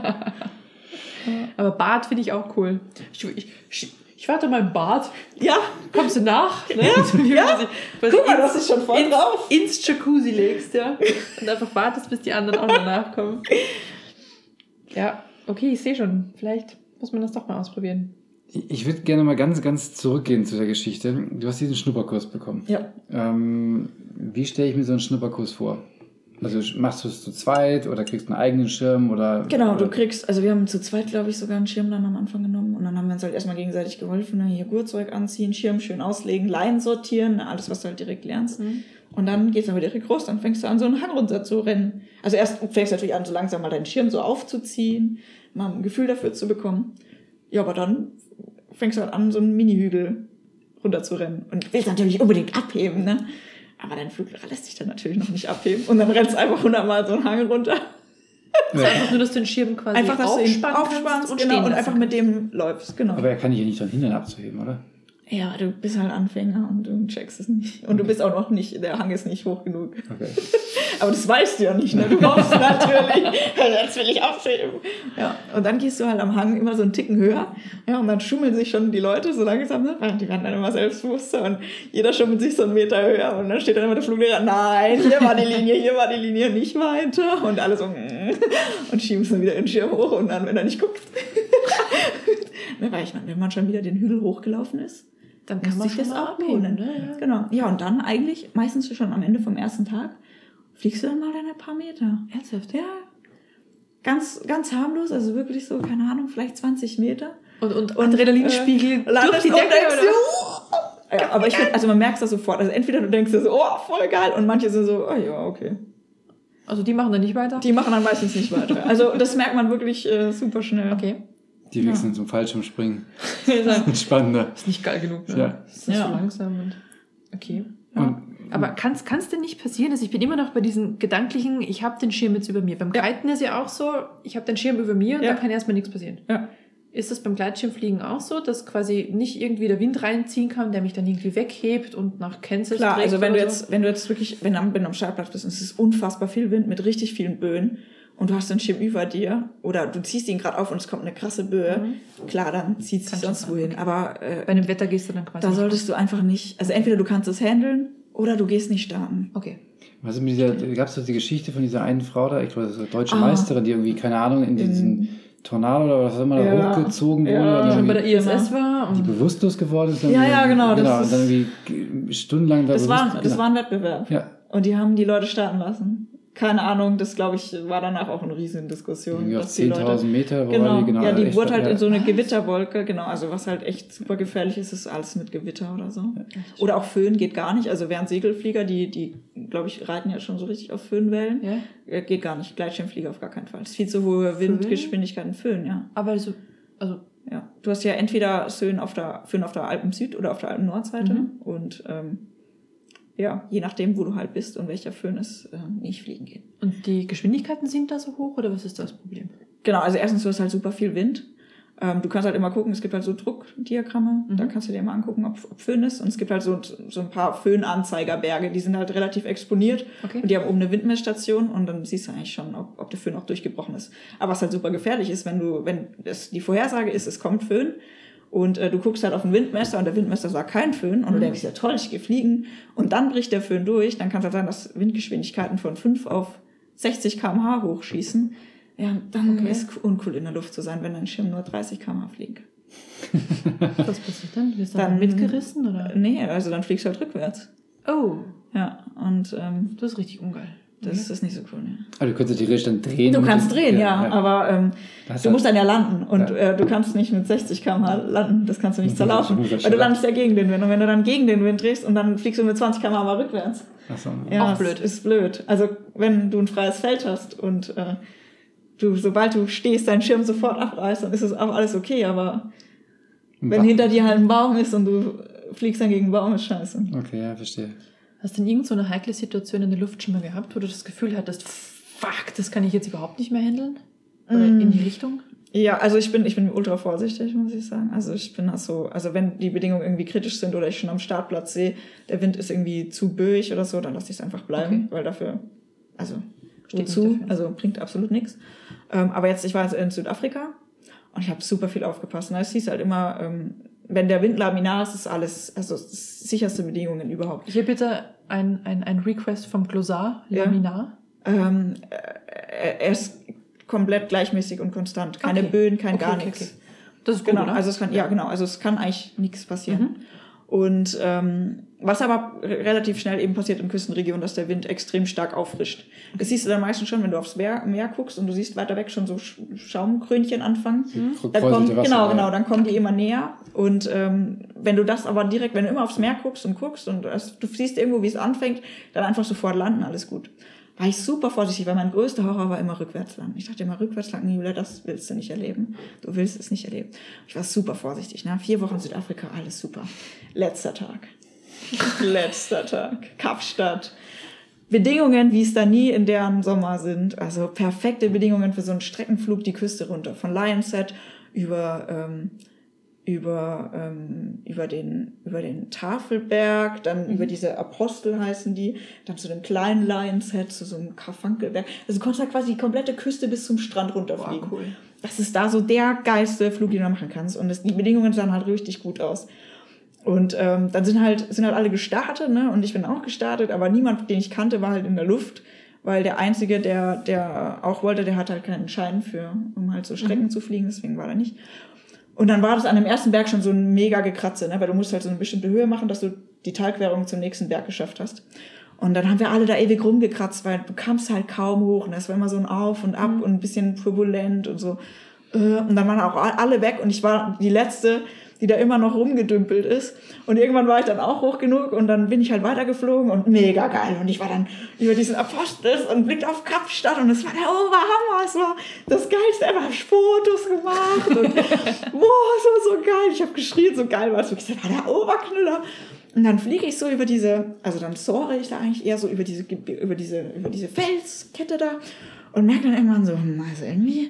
Aber Bad finde ich auch cool. Ich warte mal im Bad. Ja. Kommst du nach? Ne? Ja. Guck mal, das ist schon voll drauf. Ins Jacuzzi legst, ja. Und einfach wartest, bis die anderen auch noch nachkommen. Ja, okay, ich sehe schon. Vielleicht muss man das doch mal ausprobieren. Ich würde gerne mal ganz, ganz zurückgehen zu der Geschichte. Du hast diesen Schnupperkurs bekommen. Ja. Wie stelle ich mir so einen Schnupperkurs vor? Also machst du es zu zweit oder kriegst einen eigenen Schirm oder... Genau, du kriegst, also wir haben zu zweit, glaube ich, sogar einen Schirm dann am Anfang genommen und dann haben wir uns halt erstmal gegenseitig geholfen, ne? Hier Gurtzeug anziehen, Schirm schön auslegen, Leinen sortieren, alles, was du halt direkt lernst. Und dann geht's aber direkt los, dann fängst du an, so einen Hang runter zu rennen. Also erst fängst du natürlich an, so langsam mal deinen Schirm so aufzuziehen, mal ein Gefühl dafür zu bekommen. Ja, aber dann fängst du halt an, so einen Mini-Hügel runter zu rennen und willst natürlich unbedingt abheben, ne? Aber dein Fluglehrer lässt sich dann natürlich noch nicht abheben. Und dann rennst du einfach 100 Mal so einen Hang runter. Also einfach nur, dass du den Schirm quasi Einfach, dass du ihn aufspannst und, genau, und einfach mit dem läufst. Genau. Aber er kann dich ja nicht daran hindern, abzuheben, oder? Ja, du bist halt Anfänger und du checkst es nicht. Und du bist auch noch nicht, der Hang ist nicht hoch genug. Okay. Aber das weißt du ja nicht, ne? Du hoffst natürlich, jetzt will ich aufheben. Ja, und dann gehst du halt am Hang immer so einen Ticken höher. Ja, und dann schummeln sich schon die Leute so langsam, ne? Die werden dann immer selbstbewusster und jeder schummelt sich so einen Meter höher und dann steht dann immer der Fluglehrer, nein, hier war die Linie, nicht weiter. Und alle so, und schieben es dann wieder in den Schirm hoch und dann, wenn er nicht guckt. Ne, weil ich meine, wenn man schon wieder den Hügel hochgelaufen ist, dann kann man sich das mal auch lohnen. ne? Ja. Genau. Ja, und dann eigentlich, meistens schon am Ende vom ersten Tag, fliegst du dann mal deine paar Meter. Ernsthaft? Ja. Ganz, ganz harmlos, also wirklich so, keine Ahnung, vielleicht 20 Meter. Und Adrenalinspiegel durch die Decke, oder? Ja, aber ich finde, also man merkt es sofort. Also entweder du denkst dir so, oh, voll geil, und manche sind so, oh ja, okay. Also die machen dann nicht weiter? Die machen dann meistens nicht weiter. Also das merkt man wirklich super schnell. Okay. Die wechseln zum Fallschirmspringen. Das ist spannender. Ist nicht geil genug, ne? Ja. Das ist so langsam und okay. Ja. Aber kann es denn nicht passieren, dass ich bin immer noch bei diesen gedanklichen, ich habe den Schirm jetzt über mir. Beim Kiten ist ja auch so, ich habe den Schirm über mir und da kann erstmal nichts passieren. Ja. Ist das beim Gleitschirmfliegen auch so, dass quasi nicht irgendwie der Wind reinziehen kann, der mich dann irgendwie weghebt und nach Kansas Klar, trägt also wenn du so? jetzt wirklich, wenn du am Startplatz bist und es ist unfassbar viel Wind mit richtig vielen Böen und du hast den Schirm über dir oder du ziehst ihn gerade auf und es kommt eine krasse Böe, klar, dann zieht es sonst wohin. Aber bei dem Wetter gehst du dann quasi da solltest du einfach nicht, also entweder du kannst es handeln oder du gehst nicht starten. Okay. Was mit dieser, gab es doch die Geschichte von dieser einen Frau da, ich glaube, das ist eine deutsche Meisterin, die irgendwie, keine Ahnung, in diesen Tornado oder was auch immer da hochgezogen wurde. Ja, und schon bei der irgendwie ISS war. die Und bewusstlos geworden ist. Ja, genau. Und dann irgendwie stundenlang da das war ein Wettbewerb. Ja. Und die haben die Leute starten lassen. Keine Ahnung, das glaube ich war danach auch eine riesen Diskussion. Irgendwie auf dass die 10.000 Meter. Genau, ja, die echt, wurde halt in so eine Gewitterwolke, genau, also was halt echt super gefährlich ist, ist alles mit Gewitter oder so. Ja. Oder auch Föhn geht gar nicht, also während Segelflieger, die glaube ich, reiten ja schon so richtig auf Föhnwellen, geht gar nicht, Gleitschirmflieger auf gar keinen Fall. Das ist viel zu hohe Windgeschwindigkeiten, Föhn, ja. Aber also ja, du hast ja entweder Föhn auf der Alpen-Süd- oder auf der Alpen-Nord-Seite und ja, je nachdem, wo du halt bist und welcher Föhn ist, nicht fliegen gehen. Und die Geschwindigkeiten sind da so hoch oder was ist das Problem? Genau, also erstens, du hast halt super viel Wind. Du kannst halt immer gucken, es gibt halt so Druckdiagramme, da kannst du dir mal angucken, ob Föhn ist. Und es gibt halt so ein paar Föhnanzeigerberge, die sind halt relativ exponiert und die haben oben eine Windmessstation und dann siehst du eigentlich schon, ob der Föhn auch durchgebrochen ist. Aber was halt super gefährlich ist, wenn die Vorhersage ist, es kommt Föhn, und du guckst halt auf den Windmesser und der Windmesser sagt kein Föhn und du denkst, ja toll, ich gehe fliegen und dann bricht der Föhn durch, dann kann es halt sein, dass Windgeschwindigkeiten von 5 auf 60 km/h hochschießen. Ja, dann ist es uncool in der Luft zu sein, wenn dein Schirm nur 30 km/h fliegt. Was passiert dann? Wirst du dann mitgerissen? Oder? Nee, also dann fliegst du halt rückwärts. Oh. Ja, und das ist richtig ungeil. Das ist nicht so cool, ne? Aber du könntest theoretisch dann drehen. Du kannst drehen, aber du musst dann ja landen. Und du kannst nicht mit 60 km/h landen. Das kannst du nicht zerlaufen. Weil du landest ja gegen den Wind. Und wenn du dann gegen den Wind drehst und dann fliegst du mit 20 km/h mal rückwärts. Ach so. Ja, auch blöd. Ist blöd. Also wenn du ein freies Feld hast und sobald du stehst, deinen Schirm sofort abreißt, dann ist es auch alles okay. Aber wenn hinter dir halt ein Baum ist und du fliegst dann gegen einen Baum, ist scheiße. Okay, ja, verstehe. Hast du denn irgend so eine heikle Situation in der Luft schon mal gehabt, wo du das Gefühl hattest, fuck, das kann ich jetzt überhaupt nicht mehr handeln? Oder in die Richtung? Ja, also ich bin ultra vorsichtig, muss ich sagen. Also ich bin so, also wenn die Bedingungen irgendwie kritisch sind oder ich schon am Startplatz sehe, der Wind ist irgendwie zu böig oder so, dann lasse ich es einfach bleiben, weil dafür, also wozu, also bringt absolut nichts. Aber ich war jetzt in Südafrika und ich habe super viel aufgepasst. Es hieß halt immer, wenn der Wind laminar ist, ist alles, also das sicherste Bedingungen überhaupt. Hier bitte ein Request vom Glossar, laminar. Er ist komplett gleichmäßig und konstant. Keine Böen, gar nichts. Okay. Das ist gut, genau, also es kann eigentlich nichts passieren. Und was aber relativ schnell eben passiert in Küstenregionen, dass der Wind extrem stark auffrischt. Das siehst du dann meistens schon, wenn du aufs Meer guckst und du siehst weiter weg schon so Schaumkrönchen anfangen. Dann kommen die immer näher. Und wenn du das aber direkt, wenn du immer aufs Meer guckst und du siehst irgendwo, wie es anfängt, dann einfach sofort landen, alles gut. War ich super vorsichtig, weil mein größter Horror war immer rückwärts landen. Ich dachte immer, rückwärts landen, Julia, das willst du nicht erleben. Du willst es nicht erleben. Ich war super vorsichtig. 4 Wochen Südafrika, alles super. Letzter Tag. Kapstadt. Bedingungen, wie es da nie in deren Sommer sind. Also perfekte Bedingungen für so einen Streckenflug die Küste runter. Von Lionshead über den Tafelberg, dann über diese Apostel heißen die, dann zu dem kleinen Lionshead, zu so einem Karfunkelberg. Also du konntest halt quasi die komplette Küste bis zum Strand runterfliegen. Cool. Das ist da so der geilste Flug, den du machen kannst. Und die Bedingungen sahen halt richtig gut aus. Und dann sind halt alle gestartet, ne? Und ich bin auch gestartet, aber niemand, den ich kannte, war halt in der Luft, weil der Einzige, der auch wollte, der hatte halt keinen Schein um halt so Strecken zu fliegen, deswegen war er nicht. Und dann war das an dem ersten Berg schon so ein mega Gekratze, ne? Weil du musst halt so eine bestimmte Höhe machen, dass du die Talquerung zum nächsten Berg geschafft hast. Und dann haben wir alle da ewig rumgekratzt, weil du kamst halt kaum hoch. Ne? Es war immer so ein Auf und Ab und ein bisschen turbulent und so. Und dann waren auch alle weg und ich war die Letzte, die da immer noch rumgedümpelt ist. Und irgendwann war ich dann auch hoch genug und dann bin ich halt weitergeflogen und mega geil. Und ich war dann über diesen Apostels und blickte auf Kapstadt und es war der Oberhammer. Es war das Geilste ever. Ich hab Fotos gemacht und boah, es war so geil. Ich habe geschrien, so geil war es wirklich. Das war der Oberknüller. Und dann fliege ich so über dann soare ich da eigentlich eher so über diese Felskette da und merke dann irgendwann so, also irgendwie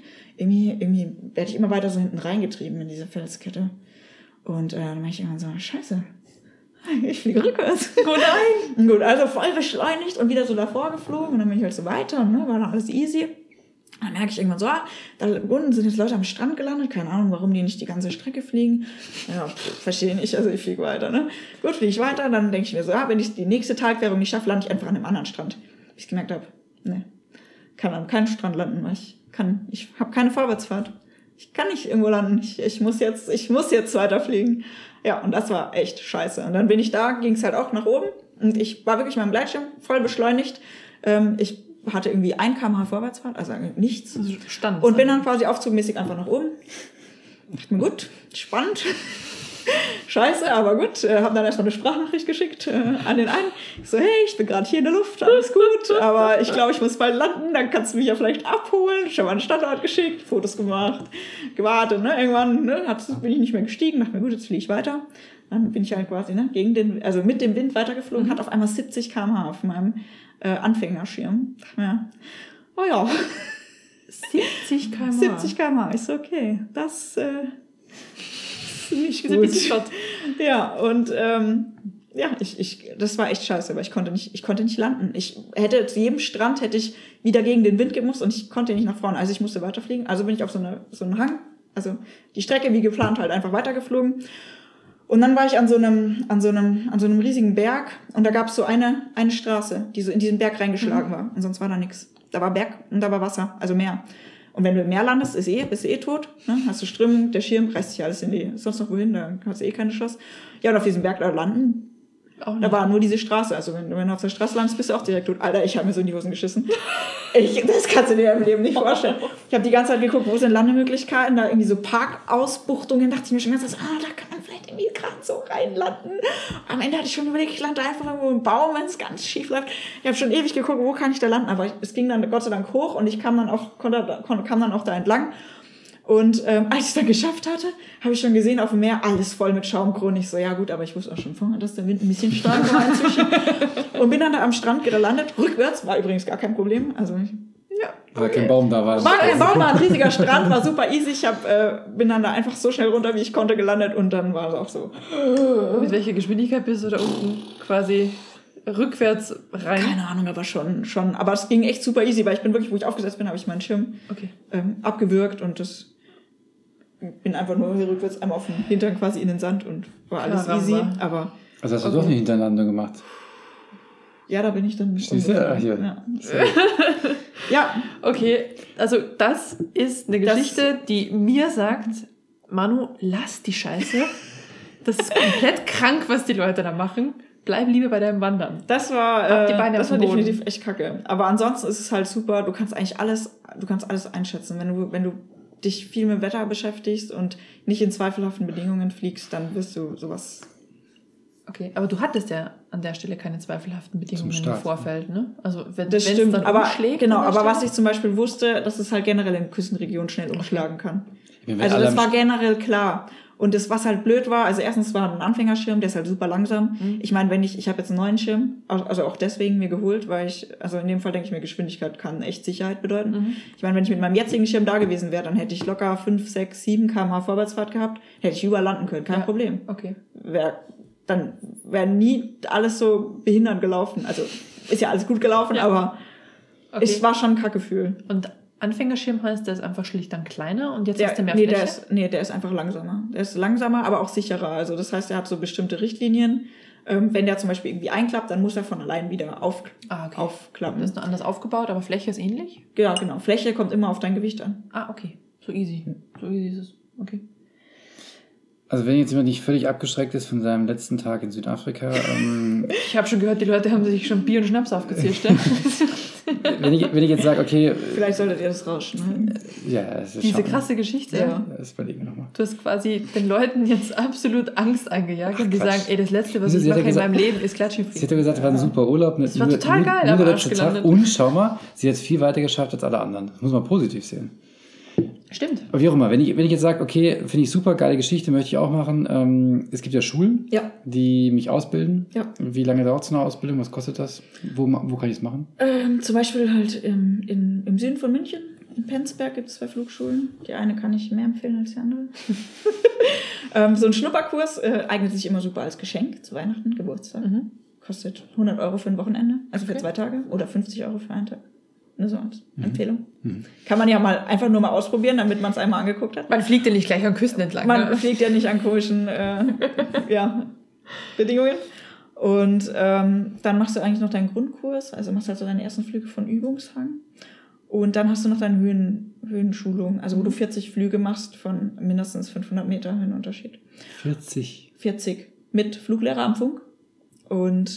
werde ich immer weiter so hinten reingetrieben in diese Felskette. Und dann merke ich irgendwann so, scheiße, ich fliege rückwärts. Oh nein! Gut, also voll beschleunigt und wieder so davor geflogen und dann bin ich halt so weiter und war dann alles easy. Dann merke ich irgendwann so, da unten sind jetzt Leute am Strand gelandet, keine Ahnung, warum die nicht die ganze Strecke fliegen. Ja, verstehe nicht, also ich fliege weiter, ne? Gut, fliege ich weiter, dann denke ich mir so, wenn ich die nächste Talquerung nicht schaffe, lande ich einfach an einem anderen Strand. Bis ich gemerkt habe, ne, kann an keinem Strand landen, weil ich habe keine Vorwärtsfahrt. Ich kann nicht irgendwo landen, ich muss jetzt weiterfliegen. Ja, und das war echt scheiße. Und dann ging es halt auch nach oben und ich war wirklich mit meinem Gleitschirm voll beschleunigt. Ich hatte irgendwie 1 km/h Vorwärtsfahrt, also nichts. Also stand. Und bin dann quasi aufzugmäßig einfach nach oben. Dachte mir, gut, spannend. Scheiße, aber gut. Hab dann erstmal eine Sprachnachricht geschickt an den einen. Ich so, hey, ich bin gerade hier in der Luft, alles gut, aber ich glaube, ich muss bald landen, dann kannst du mich ja vielleicht abholen. Ich habe einen Standort geschickt, Fotos gemacht, gewartet, ne? Irgendwann bin ich nicht mehr gestiegen, dachte mir, gut, jetzt fliege ich weiter. Dann bin ich halt quasi mit dem Wind weitergeflogen, hat auf einmal 70 km/h auf meinem Anfängerschirm. Ja. Oh ja. 70 km/h. 70 km/h, ist okay. Das nicht gut. Ja, und das war echt scheiße, weil ich konnte nicht landen. Zu jedem Strand hätte ich wieder gegen den Wind gemusst und ich konnte nicht nach vorne. Also ich musste weiterfliegen. Also bin ich auf so einen Hang, also die Strecke wie geplant halt einfach weitergeflogen. Und dann war ich an so einem riesigen Berg und da gab es so eine Straße, die so in diesen Berg reingeschlagen war. Und sonst war da nichts. Da war Berg und da war Wasser, also Meer. Und wenn du im Meer landest, bist du tot. Ne? Hast du Strömung, der Schirm reißt sich alles sonst noch wohin, da hast du keine Chance. Ja, und auf diesem Berg da landen, da war nur diese Straße. Also wenn du auf der Straße landest, bist du auch direkt tot. Alter, ich habe mir so in die Hosen geschissen. Das kannst du dir im Leben nicht vorstellen. Ich habe die ganze Zeit geguckt, wo sind Landemöglichkeiten, da irgendwie so Parkausbuchtungen, dachte ich mir schon ganz so, da kann man vielleicht irgendwie gerade so reinlanden. Am Ende hatte ich schon überlegt, ich lande einfach irgendwo im Baum, wenn es ganz schief läuft. Ich habe schon ewig geguckt, wo kann ich da landen, aber es ging dann Gott sei Dank hoch und ich kam dann auch da entlang. Und als ich es dann geschafft hatte, habe ich schon gesehen auf dem Meer, alles voll mit Schaumkronen. Ich so, ja gut, aber ich wusste auch schon vorher, dass der Wind ein bisschen stark war inzwischen. Und bin dann da am Strand gelandet. Rückwärts war übrigens gar kein Problem. Also weil kein Baum da war. War kein Baum, war ein riesiger Strand, war super easy. Ich bin dann da einfach so schnell runter, wie ich konnte, gelandet. Und dann war es auch so. Mit welcher Geschwindigkeit bist du da unten quasi rückwärts rein? Keine Ahnung, aber schon. Aber es ging echt super easy, weil ich bin wirklich, wo ich aufgesetzt bin, habe ich meinen Schirm abgewürgt und das bin einfach nur hier rückwärts einmal auf den Hintern quasi in den Sand und war alles easy. Aber also hast du doch eine Hinterlandung gemacht? Ja, da bin ich dann. Siehst du? Hier. Ja. Okay, also das ist eine Geschichte, die mir sagt, Manu, lass die Scheiße. Das ist komplett krank, was die Leute da machen. Bleib lieber bei deinem Wandern. Das war definitiv echt kacke. Aber ansonsten ist es halt super. Du kannst alles einschätzen. Wenn du dich viel mit Wetter beschäftigst und nicht in zweifelhaften Bedingungen fliegst, dann wirst du sowas. Okay, aber du hattest ja an der Stelle keine zweifelhaften Bedingungen im Vorfeld, ne? Also wenn das stimmt, dann aber umschlägt. Genau, aber was ich zum Beispiel wusste, dass es halt generell in Küstenregionen schnell umschlagen kann. Also das war generell klar. Und das, was halt blöd war, also erstens war ein Anfängerschirm, der ist halt super langsam. Ich meine, ich habe jetzt einen neuen Schirm, also auch deswegen mir geholt, weil also in dem Fall denke ich mir, Geschwindigkeit kann echt Sicherheit bedeuten. Ich meine, wenn ich mit meinem jetzigen Schirm da gewesen wäre, dann hätte ich locker 5, 6, 7 km/h Vorwärtsfahrt gehabt, hätte ich überall landen können, kein Problem. Okay. Dann wäre nie alles so behindert gelaufen. Also ist ja alles gut gelaufen, aber es war schon ein Kackgefühl. Und Anfängerschirm heißt, der ist einfach schlicht dann kleiner und jetzt hast du mehr Fläche? Der ist einfach langsamer. Der ist langsamer, aber auch sicherer. Also das heißt, er hat so bestimmte Richtlinien. Wenn der zum Beispiel irgendwie einklappt, dann muss er von allein wieder aufklappen. Das ist noch anders aufgebaut, aber Fläche ist ähnlich? Ja, genau. Fläche kommt immer auf dein Gewicht an. Ah, okay. So easy. So easy ist es. Okay. Also wenn jetzt jemand nicht völlig abgeschreckt ist von seinem letzten Tag in Südafrika... ich habe schon gehört, die Leute haben sich schon Bier und Schnaps aufgezischt. wenn ich jetzt sage, okay... Vielleicht solltet ihr das rausschneiden. Ja, das ist diese krasse Geschichte. Ja. Das überlegen wir nochmal. Du hast quasi den Leuten jetzt absolut Angst eingejagt und die sagen, das Letzte, was ich mache in meinem Leben, ist Klatschen fliegen. Sie hat ja gesagt, es war ein super Urlaub. Das war total geil, nur der letzte Tag. Und schau mal, sie hat es viel weiter geschafft als alle anderen. Das muss man positiv sehen. Stimmt. Aber wie auch immer, wenn ich jetzt sage, okay, finde ich super, geile Geschichte, möchte ich auch machen. Es gibt ja Schulen, die mich ausbilden. Ja. Wie lange dauert so eine Ausbildung? Was kostet das? Wo kann ich es machen? Zum Beispiel halt im Süden von München. In Penzberg gibt es 2 Flugschulen. Die eine kann ich mehr empfehlen als die andere. So ein Schnupperkurs eignet sich immer super als Geschenk zu Weihnachten, Geburtstag. Kostet 100 € für ein Wochenende, also für 2 Tage. Oder 50 € für einen Tag. Nur so als Empfehlung. Kann man ja einfach nur mal ausprobieren, damit man es einmal angeguckt hat. Man fliegt ja nicht gleich an Küsten entlang. Man fliegt ja nicht an komischen Bedingungen. Und dann machst du eigentlich noch deinen Grundkurs, also machst halt so deine ersten Flüge von Übungshang. Und dann hast du noch deine Höhenschulung, also wo du 40 Flüge machst von mindestens 500 Meter Höhenunterschied. 40 mit Fluglehrer am Funk. Und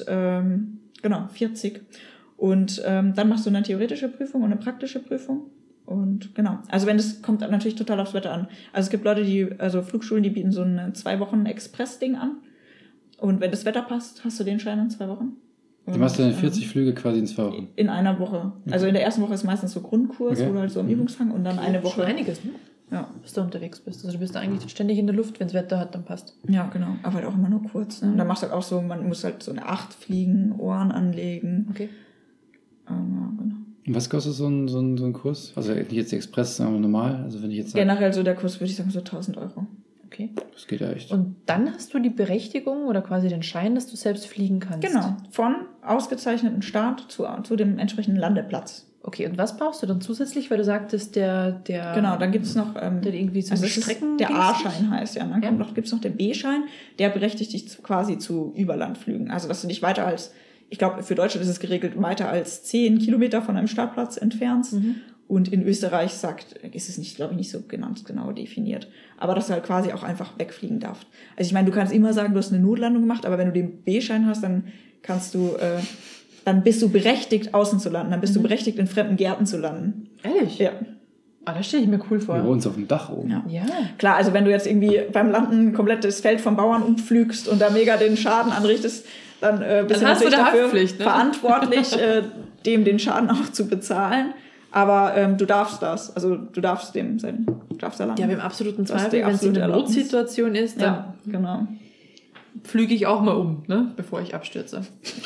40. Und dann machst du eine theoretische Prüfung und eine praktische Prüfung. Und genau. Also das kommt natürlich total aufs Wetter an. Also es gibt Leute, also Flugschulen, die bieten so ein 2 Wochen Express-Ding an. Und wenn das Wetter passt, hast du den Schein in 2 Wochen. Du machst dann 40 Flüge quasi in 2 Wochen? In einer Woche. Also in der ersten Woche ist meistens so Grundkurs, wo du halt so am Übungshang und dann eine Woche. Schon einiges, ne? Ja. Bis du unterwegs bist. Also du bist da eigentlich ständig in der Luft, wenn das Wetter hat, dann passt. Ja, genau. Aber halt auch immer nur kurz. Ne? Und dann machst du halt auch so, man muss halt so eine 8 fliegen, Ohren anlegen. Okay. Genau. Und was kostet so ein Kurs? Also nicht jetzt Express, sondern normal? Also wenn ich jetzt sage, generell so der Kurs, würde ich sagen, so 1.000 €. Okay. Das geht ja echt. Und dann hast du die Berechtigung oder quasi den Schein, dass du selbst fliegen kannst. Genau. Von ausgezeichneten Start zu dem entsprechenden Landeplatz. Okay, und was brauchst du dann zusätzlich? Weil du sagtest, der genau, dann gibt es noch der irgendwie so Strecken. Der A-Schein heißt ja. Und dann gibt es noch den B-Schein, der berechtigt dich quasi zu Überlandflügen. Also dass du dich weiter als, ich glaube, für Deutschland ist es geregelt, weiter als 10 Kilometer von einem Startplatz entfernst. Und in Österreich ist es nicht, glaube ich, nicht so genau definiert. Aber dass du halt quasi auch einfach wegfliegen darfst. Also ich meine, du kannst immer sagen, du hast eine Notlandung gemacht, aber wenn du den B-Schein hast, dann kannst du, dann bist du berechtigt, außen zu landen. Dann bist du berechtigt, in fremden Gärten zu landen. Ehrlich? Ja. Ah, das stelle ich mir cool vor. Wir wohnen auf dem Dach oben. Ja. Klar, also wenn du jetzt irgendwie beim Landen ein komplettes Feld vom Bauern umpflügst und da mega den Schaden anrichtest, dann bist du natürlich dafür verantwortlich, dem den Schaden auch zu bezahlen. Aber du darfst das. Also du darfst da landen. Ja, im absoluten Zweifel, wenn es eine Notsituation ist, dann genau. Flüge ich auch mal um, ne, bevor ich abstürze.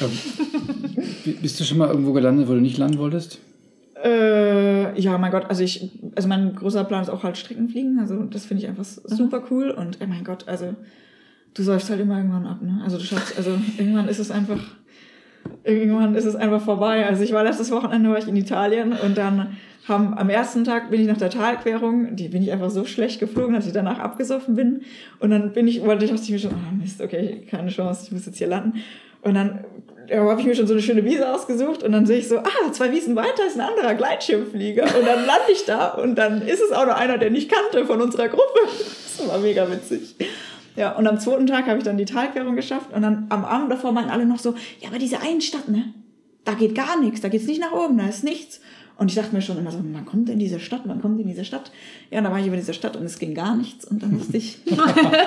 Bist du schon mal irgendwo gelandet, wo du nicht landen wolltest? Ja, mein Gott, also mein großer Plan ist auch halt Streckenfliegen. Also das finde ich einfach super cool. Und mein Gott, also du säufst halt immer irgendwann ab, ne? Also irgendwann ist es einfach vorbei. Also ich war letztes Wochenende in Italien und dann am ersten Tag bin ich nach der Talquerung, die bin ich einfach so schlecht geflogen, dass ich danach abgesoffen bin. Und dann dachte ich mir schon, Mist, okay, keine Chance, ich muss jetzt hier landen. Und dann habe ich mir schon so eine schöne Wiese ausgesucht und dann sehe ich so, 2 Wiesen weiter ist ein anderer Gleitschirmflieger. Und dann lande ich da und dann ist es auch noch einer, der nicht kannte von unserer Gruppe. Das war mega witzig. Ja, und am 2. Tag habe ich dann die Talquerung geschafft und dann am Abend davor meinten alle noch so, ja, aber diese eine Stadt, ne, da geht gar nichts, da geht's nicht nach oben, da ist nichts. Und ich dachte mir schon immer so, wann kommt denn diese Stadt? Ja, und dann war ich über diese Stadt und es ging gar nichts und dann wusste ich,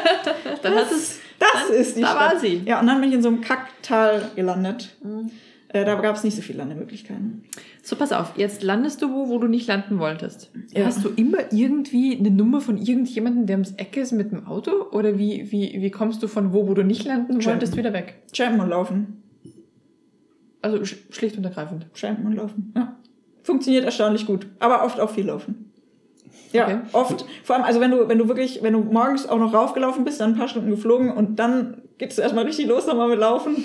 das ist die Stadt. Da war sie. Ja, und dann bin ich in so einem Kacktal gelandet. Da gab es nicht so viele Landemöglichkeiten. So, pass auf, jetzt landest du wo du nicht landen wolltest. Ja. Hast du immer irgendwie eine Nummer von irgendjemandem, der ums Eck ist mit dem Auto? Oder wie kommst du von wo du nicht landen wolltest, wieder weg? Trampen und laufen. Also schlicht und ergreifend. Trampen und laufen, ja. Funktioniert erstaunlich gut, aber oft auch viel laufen. Ja, Okay. oft. Vor allem, also wenn du morgens auch noch raufgelaufen bist, dann ein paar Stunden geflogen und dann geht's erstmal richtig los nochmal mit Laufen.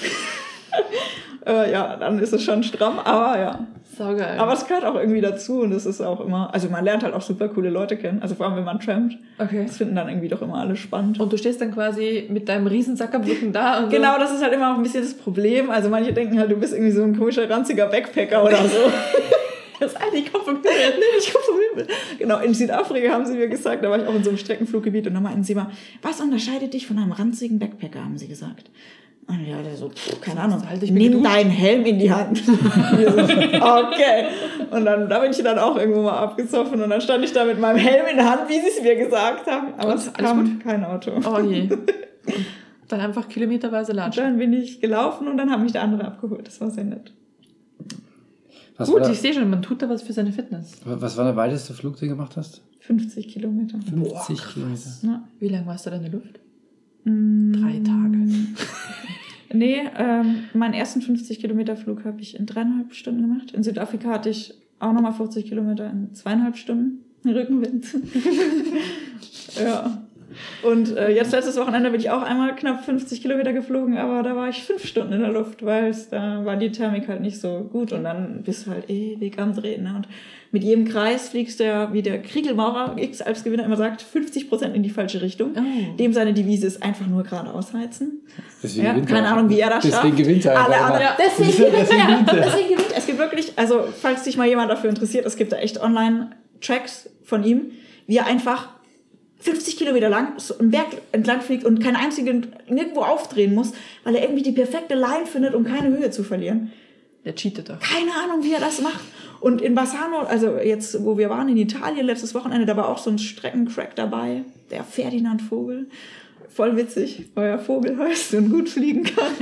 Ja, dann ist es schon stramm, aber ja. Saugeil. Aber es gehört auch irgendwie dazu und es ist auch immer, also man lernt halt auch super coole Leute kennen, also vor allem wenn man trampt. Okay. Das finden dann irgendwie doch immer alle spannend. Und du stehst dann quasi mit deinem Riesensack am Rücken da und Genau, das ist halt immer auch ein bisschen das Problem. Also manche denken halt, du bist irgendwie so ein komischer, ranziger Backpacker oder so. Das heißt, ich komme vom Himmel. Nee, ich komme vom Himmel. Genau, in Südafrika haben sie mir gesagt, da war ich auch in so einem Streckenfluggebiet und dann meinten sie mal, was unterscheidet dich von einem ranzigen Backpacker, haben sie gesagt. Und ja, der so, keine Ahnung, Halt dich nimm mit deinen Helm in die Hand. Wir so, okay. Und dann, da bin ich dann auch irgendwo mal abgesoffen und dann stand ich da mit meinem Helm in der Hand, wie sie es mir gesagt haben. Aber Und es alles kam kein Auto. Oh je. Dann einfach kilometerweise latschen. Dann bin ich gelaufen und dann hat mich der andere abgeholt. Das war sehr nett. Gut, ich sehe schon, man tut da was für seine Fitness. Was war der weiteste Flug, den du gemacht hast? 50 Kilometer. 50 Kilometer. Ja. Wie lange warst du da in der Luft? 3 Tage. Nee, meinen ersten 50 Kilometer Flug habe ich in 3,5 Stunden gemacht. In Südafrika hatte ich auch nochmal 50 Kilometer in 2,5 Stunden. Rückenwind. Ja. Und jetzt letztes Wochenende bin ich auch einmal knapp 50 Kilometer geflogen, aber da war ich 5 Stunden in der Luft, weil da war die Thermik halt nicht so gut und dann bist du halt ewig am Drehen. Ne? Und mit jedem Kreis fliegst du ja, wie der Kriegelmaurer X-Alps-Gewinner immer sagt, 50% in die falsche Richtung. Oh. Dem seine Devise ist einfach nur geradeaus heizen. Deswegen Ja, gewinnt er keine auch. Ahnung, wie er das schafft. Deswegen gewinnt er Alle einfach anderen. immer. Deswegen gewinnt er. er. Deswegen gewinnt er. Es gibt wirklich, also falls sich mal jemand dafür interessiert, es gibt da echt Online-Tracks von ihm, wie er einfach 50 Kilometer lang so einen Berg entlang fliegt und keinen einzigen nirgendwo aufdrehen muss, weil er irgendwie die perfekte Line findet, um keine Höhe zu verlieren. Der cheatet doch. Keine Ahnung, wie er das macht. Und in Bassano, also jetzt, wo wir waren in Italien letztes Wochenende, da war auch so ein Streckencrack dabei, der Ferdinand Vogel. Voll witzig, weil er Vogel heißt und gut fliegen kann.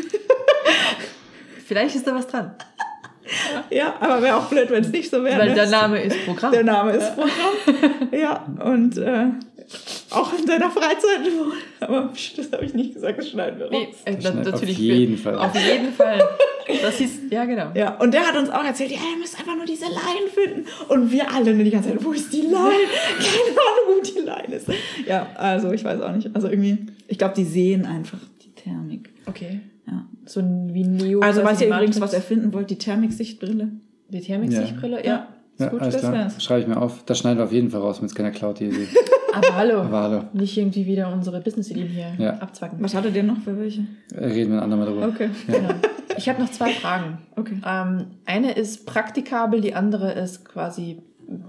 Vielleicht ist da was dran. Ja, aber wäre auch blöd, wenn es nicht so wäre. Weil ne? der Name ist Programm. Der Name ist Programm. Ja, und auch in seiner Freizeit wohl. Aber das habe ich nicht gesagt, das schneiden wir raus. Nee, natürlich. Auf jeden Fall. Auf jeden Fall. Das ist, ja genau. Ja, und der hat uns auch erzählt, ja, ihr müsst einfach nur diese Line finden. Und wir alle nur die ganze Zeit, wo ist die Line? Keine Ahnung, wo die Line ist. Ja, also ich weiß auch nicht. Also irgendwie, ich glaube, die sehen einfach die Thermik. Okay. Ja. So wie Neo. Also, quasi weißt ihr die übrigens, Matrix. was erfinden wollt? Die Thermik-Sichtbrille. Die Thermik-Sichtbrille? Ja. Ist Ja, gut, alles das klar. wär's. Schreibe ich mir auf. Das schneiden wir auf jeden Fall raus, wenn es keiner klaut, die Idee. Aber hallo. Aber hallo. Nicht irgendwie wieder unsere Business-Ideen hier Ja. abzwacken. Was hattet ihr noch für welche? Reden wir ein andermal drüber. Okay. Genau. Ich habe noch 2 Fragen. Okay. Eine ist praktikabel, die andere ist quasi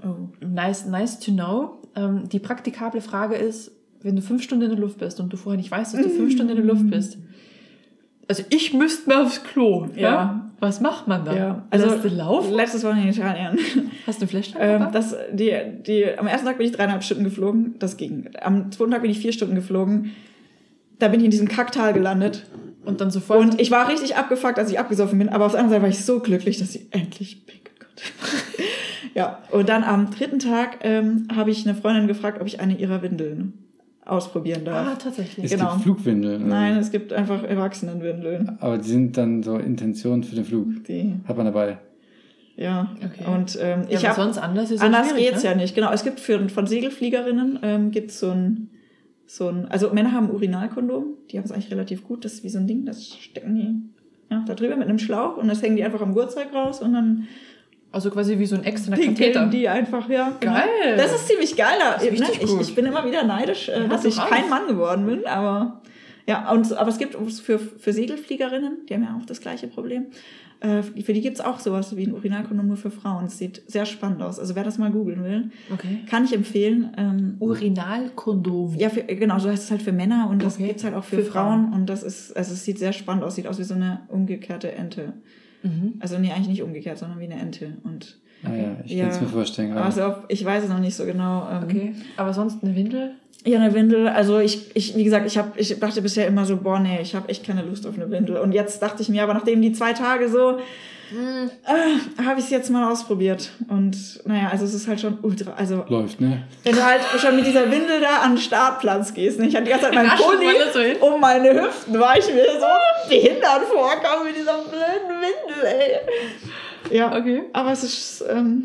nice to know. Die praktikable Frage ist, wenn du 5 Stunden in der Luft bist und du vorher nicht weißt, dass du 5 Stunden in der Luft bist. Also ich müsste mal aufs Klo. Ja. Was macht man da? Ja. Also Also, lässt du laufen? Letztes Wochenende in Italien. Hast du eine Flaschenlampe? Am ersten Tag bin ich 3,5 Stunden geflogen. Das ging. Am zweiten Tag bin ich 4 Stunden geflogen. Da bin ich in diesem Kacktal gelandet. Und dann sofort. Und ich war richtig abgefuckt, als ich abgesoffen bin. Aber auf der anderen Seite war ich so glücklich, dass ich endlich pinkeln konnte. Ja. Und dann am 3. Tag habe ich eine Freundin gefragt, ob ich eine ihrer Windeln ausprobieren darf. Tatsächlich. Es Genau. gibt Flugwindeln. Nein, es gibt einfach Erwachsenenwindeln. Aber die sind dann so Intentionen für den Flug. Die, Hat man dabei. ja. Okay. Und ich aber habe sonst anders ist anders schwierig, geht's ne? ja nicht. Genau, es gibt von Segelfliegerinnen gibt's so ein, also Männer haben Urinalkondom, die haben es eigentlich relativ gut, das ist wie so ein Ding, das stecken die da drüber mit einem Schlauch und das hängen die einfach am Gurtzeug raus und dann Also quasi wie so ein externer pinkeln Katheter. die einfach, ja. Genau. Geil. Das ist ziemlich geil. Das ist richtig gut. Ich bin immer wieder neidisch, dass du ich raus. kein Mann geworden bin, aber ja, aber es gibt für Segelfliegerinnen, die haben ja auch das gleiche Problem. Für die gibt's auch sowas wie ein Urinalkondom nur für Frauen. Es sieht sehr spannend aus. Also wer das mal googeln will, Okay. kann ich empfehlen. Urinalkondom. Ja, genau, so heißt es halt für Männer und das Okay. gibt's halt auch für Für Frauen. Und das ist, also es sieht sehr spannend aus. Sieht aus wie so eine umgekehrte Ente. Mhm. Also nee, eigentlich nicht umgekehrt, sondern wie eine Ente. Und Naja, ich kann es mir vorstellen. Gerade. Also ich weiß es noch nicht so genau. Okay, aber sonst eine Windel? Ja, eine Windel. Also wie gesagt, ich dachte bisher immer so, boah, nee, ich habe echt keine Lust auf eine Windel. Und jetzt dachte ich mir, aber nachdem die 2 Tage so, habe ich es jetzt mal ausprobiert. Und naja, also es ist halt schon ultra, also... Läuft, ne? Wenn du halt schon mit dieser Windel da an den Startplatz gehst, ne? Ich hatte die ganze Zeit meinen Pulli um meine Hüften, war ich mir so behindert vorkam mit dieser blöden Windel, ey. Ja, okay. Aber es ist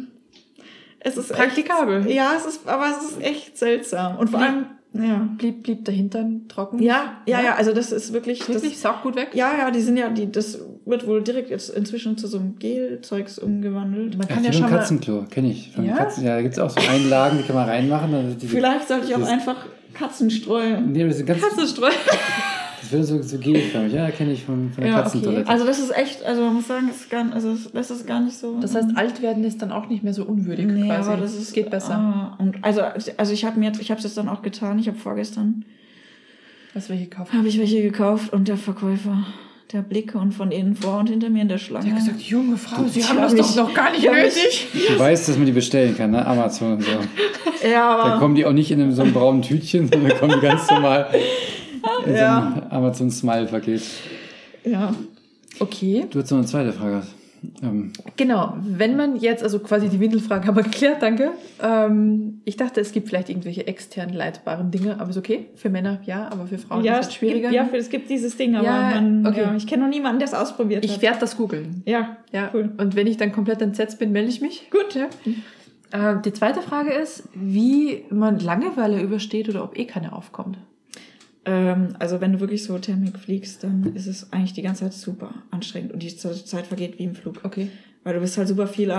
praktikabel. Echt, ja, es ist echt seltsam. Und vor allem, ja. Blieb dahinter trocken? Ja, also das ist wirklich... Wirklich, saugt gut weg? Ja, die sind ja, das wird wohl direkt jetzt inzwischen zu so einem Gel-Zeugs umgewandelt. Man kann ja schon Katzenklo, kenne ich. Da gibt es auch so Einlagen, die kann man reinmachen. Also vielleicht sollte ich auch einfach Katzenstreu. Nee, das sind ganz... Katzenstreu. Das wird so gelförmig, ja, kenne ich von der Katzentoilette. Okay. Also das ist echt, also man muss sagen, das ist gar nicht so... Das heißt, alt werden ist dann auch nicht mehr so unwürdig quasi. Aber das geht besser. Und also ich habe es jetzt dann auch getan, ich habe vorgestern... Hast du welche gekauft? Habe ich welche gekauft und der Verkäufer, der Blick und von innen vor und hinter mir in der Schlange... Der hat gesagt, junge Frau, Sie haben das doch noch gar nicht nötig. Du weißt, dass man die bestellen kann, ne? Amazon und so. Ja, aber... Da kommen die auch nicht in so einem braunen Tütchen, sondern kommen die ganz normal... In so einem Amazon-Smile-Paket. Ja. Okay. Du hast noch eine zweite Frage. Genau, wenn man jetzt, also quasi die Windelfrage haben wir geklärt, danke. Ich dachte, es gibt vielleicht irgendwelche extern leitbaren Dinge, aber ist okay. Für Männer ja, aber für Frauen ist es schwieriger. Es gibt dieses Ding, aber ich kenne noch niemanden, der es ausprobiert hat. Ich werde das googeln. Ja, cool. Und wenn ich dann komplett entsetzt bin, melde ich mich. Gut. Ja. Die zweite Frage ist, wie man Langeweile übersteht oder ob keine aufkommt. Also wenn du wirklich so Thermik fliegst, dann ist es eigentlich die ganze Zeit super anstrengend und die Zeit vergeht wie im Flug. Okay. Weil du bist halt super viel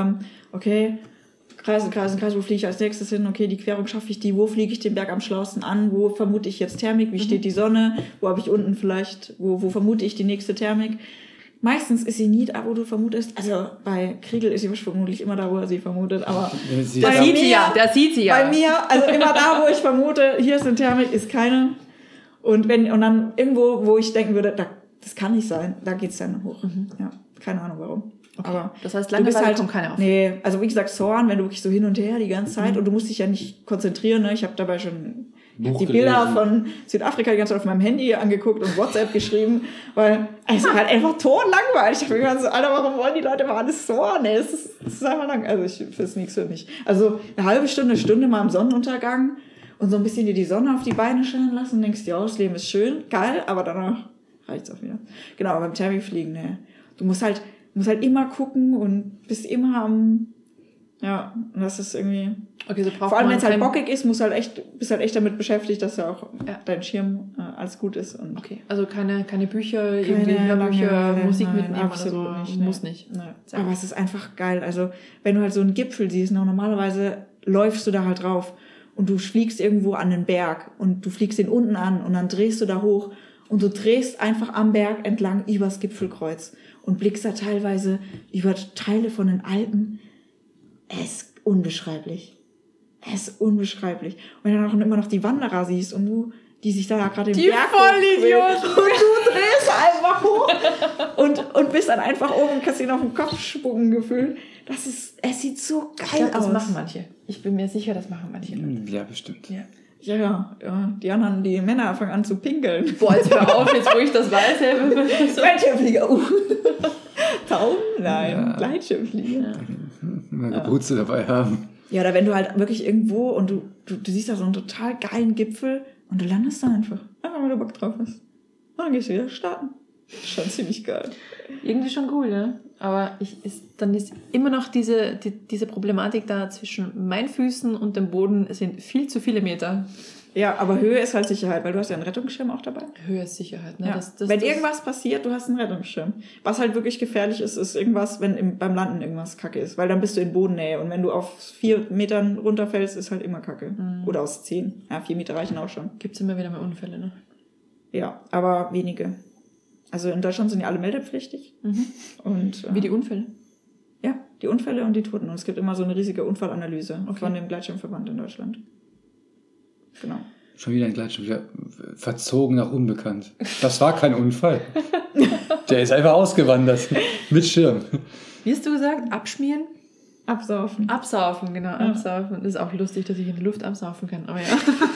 kreisen, wo fliege ich als nächstes hin? Okay, die Querung schaffe ich die, wo fliege ich den Berg am schlausten an? Wo vermute ich jetzt Thermik? Wie steht die Sonne? Wo habe ich unten vielleicht, wo vermute ich die nächste Thermik? Meistens ist sie nie da, wo du vermutest. Also bei Kriegel ist sie vermutlich immer da, wo er sie vermutet. Aber der sieht sie ja. Bei mir, also immer da, wo ich vermute, hier ist eine Thermik, ist keine. Und dann irgendwo, wo ich denken würde, das kann nicht sein, da geht's dann hoch. Ja, keine Ahnung warum. Okay. Aber das heißt, Langeweile kommt keine auf. Nee, also wie gesagt, Soren, wenn du wirklich so hin und her die ganze Zeit und du musst dich ja nicht konzentrieren. Ne? Ich habe dabei schon die Bilder von Südafrika die ganze Zeit auf meinem Handy angeguckt und WhatsApp geschrieben, weil es halt einfach totlangweilig. Ich dachte mir so, Alter, warum wollen die Leute mal alles Soren? Nee, es ist einfach lang. Also das ist nichts für mich. Also eine halbe Stunde mal im Sonnenuntergang und so ein bisschen dir die Sonne auf die Beine scheinen lassen und denkst, ja, das Leben ist schön, geil, aber danach reicht's auch wieder. Genau, aber beim Thermikfliegen, ne. Du musst halt immer gucken und bist immer am, ja, und das ist irgendwie, okay, so braucht vor allem wenn es halt bockig ist, bist halt echt damit beschäftigt, dass ja auch dein Schirm alles gut ist. Und okay, also keine Bücher, irgendwie Hörbücher, Musik mitnehmen absolut oder so, nicht, muss nicht. Nee. Aber es ist einfach geil, also wenn du halt so einen Gipfel siehst, normalerweise läufst du da halt drauf und du fliegst irgendwo an den Berg und du fliegst den unten an und dann drehst du da hoch und du drehst einfach am Berg entlang übers Gipfelkreuz und blickst da teilweise über Teile von den Alpen. Es ist unbeschreiblich. Und wenn du dann auch immer noch die Wanderer siehst und die sich da gerade im Berg Vollidioten! Und du drehst einfach hoch und bist dann einfach oben und kannst ihn auf den Kopf spucken gefühlt. Es sieht so geil aus. Das machen manche. Ich bin mir sicher, das machen manche Leute. Ja, bestimmt. Ja. Ja. Die anderen, die Männer fangen an zu pinkeln. Boah, jetzt hör auf, jetzt wo ich das weiß. Gleitschirmflieger. Tauben? Nein, Gleitschirmflieger. Mal Kapuze dabei haben. Ja, oder wenn du halt wirklich irgendwo und du siehst da so einen total geilen Gipfel und du landest da einfach, weil du Bock drauf hast. Und dann gehst du wieder starten. Das ist schon ziemlich geil. Irgendwie schon cool, ne? Aber dann ist immer noch diese Problematik da zwischen meinen Füßen und dem Boden. Es sind viel zu viele Meter. Ja, aber Höhe ist halt Sicherheit, weil du hast ja einen Rettungsschirm auch dabei. Höhe ist Sicherheit, ne? Ja. Wenn irgendwas passiert, du hast einen Rettungsschirm. Was halt wirklich gefährlich ist irgendwas, wenn beim Landen irgendwas kacke ist, weil dann bist du in Bodennähe und wenn du auf 4 Metern runterfällst, ist halt immer kacke. Oder aus 10. Ja, 4 Meter reichen auch schon. Gibt's immer wieder mal Unfälle, ne? Ja, aber wenige. Also in Deutschland sind ja alle meldepflichtig. Und, wie die Unfälle? Ja, die Unfälle und die Toten. Und es gibt immer so eine riesige Unfallanalyse von dem Gleitschirmverband in Deutschland. Genau. Schon wieder ein Gleitschirm, wieder verzogen nach unbekannt. Das war kein Unfall. Der ist einfach ausgewandert. Mit Schirm. Wie hast du gesagt? Abschmieren? Absaufen. Absaufen, genau, absaufen. Das ist auch lustig, dass ich in der Luft absaufen kann, aber ja.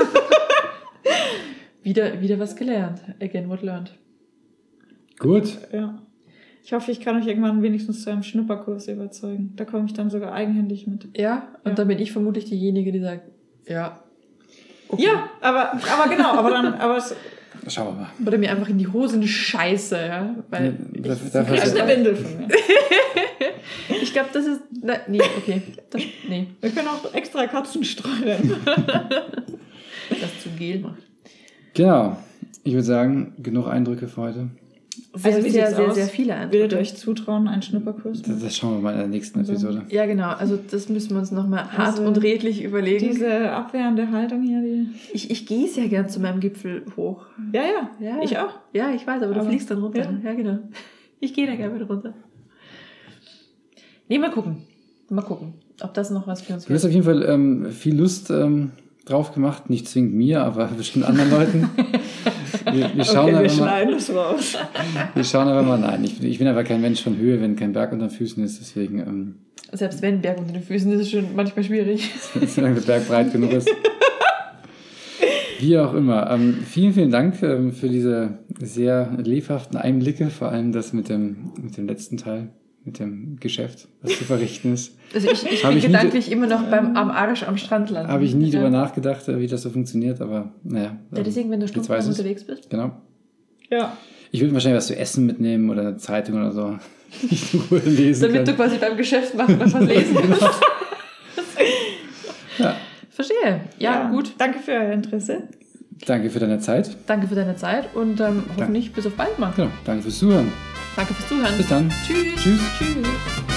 wieder was gelernt. Again, what learned. Gut. Ja. Ich hoffe, ich kann euch irgendwann wenigstens zu einem Schnupperkurs überzeugen. Da komme ich dann sogar eigenhändig mit. Ja, und dann bin ich vermutlich diejenige, die sagt, ja. Okay. Ja, aber genau, aber schauen wir mal. Oder mir einfach in die Hosen scheiße, ja. Weil das ist eine Windel von mir. Ich glaube, das ist... Nee, okay. Nee. Wir können auch extra Katzen streuen. Das zu Gel macht. Genau. Ich würde sagen, genug Eindrücke für heute. Also sehr viele Eindrücke. Würdet ihr euch zutrauen, einen Schnupperkurs? Das schauen wir mal in der nächsten Episode. Ja, genau. Also das müssen wir uns nochmal hart und redlich überlegen. Diese abwehrende Haltung hier, die... Ich gehe sehr gern zu meinem Gipfel hoch. Ja. Ich auch. Ja, ich weiß, aber du fliegst dann runter. Ja, genau. Ich gehe da gerne wieder runter. Nee, mal gucken, ob das noch was für uns Du hast auf jeden Fall viel Lust drauf gemacht. Nicht zwingend mir, aber bestimmt anderen Leuten. Wir schauen wir schneiden das raus. Wir schauen aber mal, nein, ich bin aber kein Mensch von Höhe, wenn kein Berg unter den Füßen ist, deswegen... Selbst wenn ein Berg unter den Füßen ist, ist es schon manchmal schwierig. Solange der Berg breit genug ist. Wie auch immer. Vielen Dank für diese sehr lebhaften Einblicke, vor allem das mit dem letzten Teil, mit dem Geschäft, was zu verrichten ist. Also ich bin gedanklich immer noch am Arsch am Strand landen. Habe ich nie drüber nachgedacht, wie das so funktioniert, aber naja. Ja, deswegen, wenn du stundenlang unterwegs bist. Genau. Ja. Ich würde wahrscheinlich was zu essen mitnehmen oder eine Zeitung oder so. Ich in Ruhe lesen damit du quasi beim Geschäft machen und was lesen kannst. Ja. Verstehe. Ja, gut. Danke für euer Interesse. Danke für deine Zeit. Danke für deine Zeit und hoffentlich bis auf bald mal. Genau. Danke fürs Zuhören. Danke fürs Zuhören. Bis dann. Tschüss. Tschüss. Tschüss.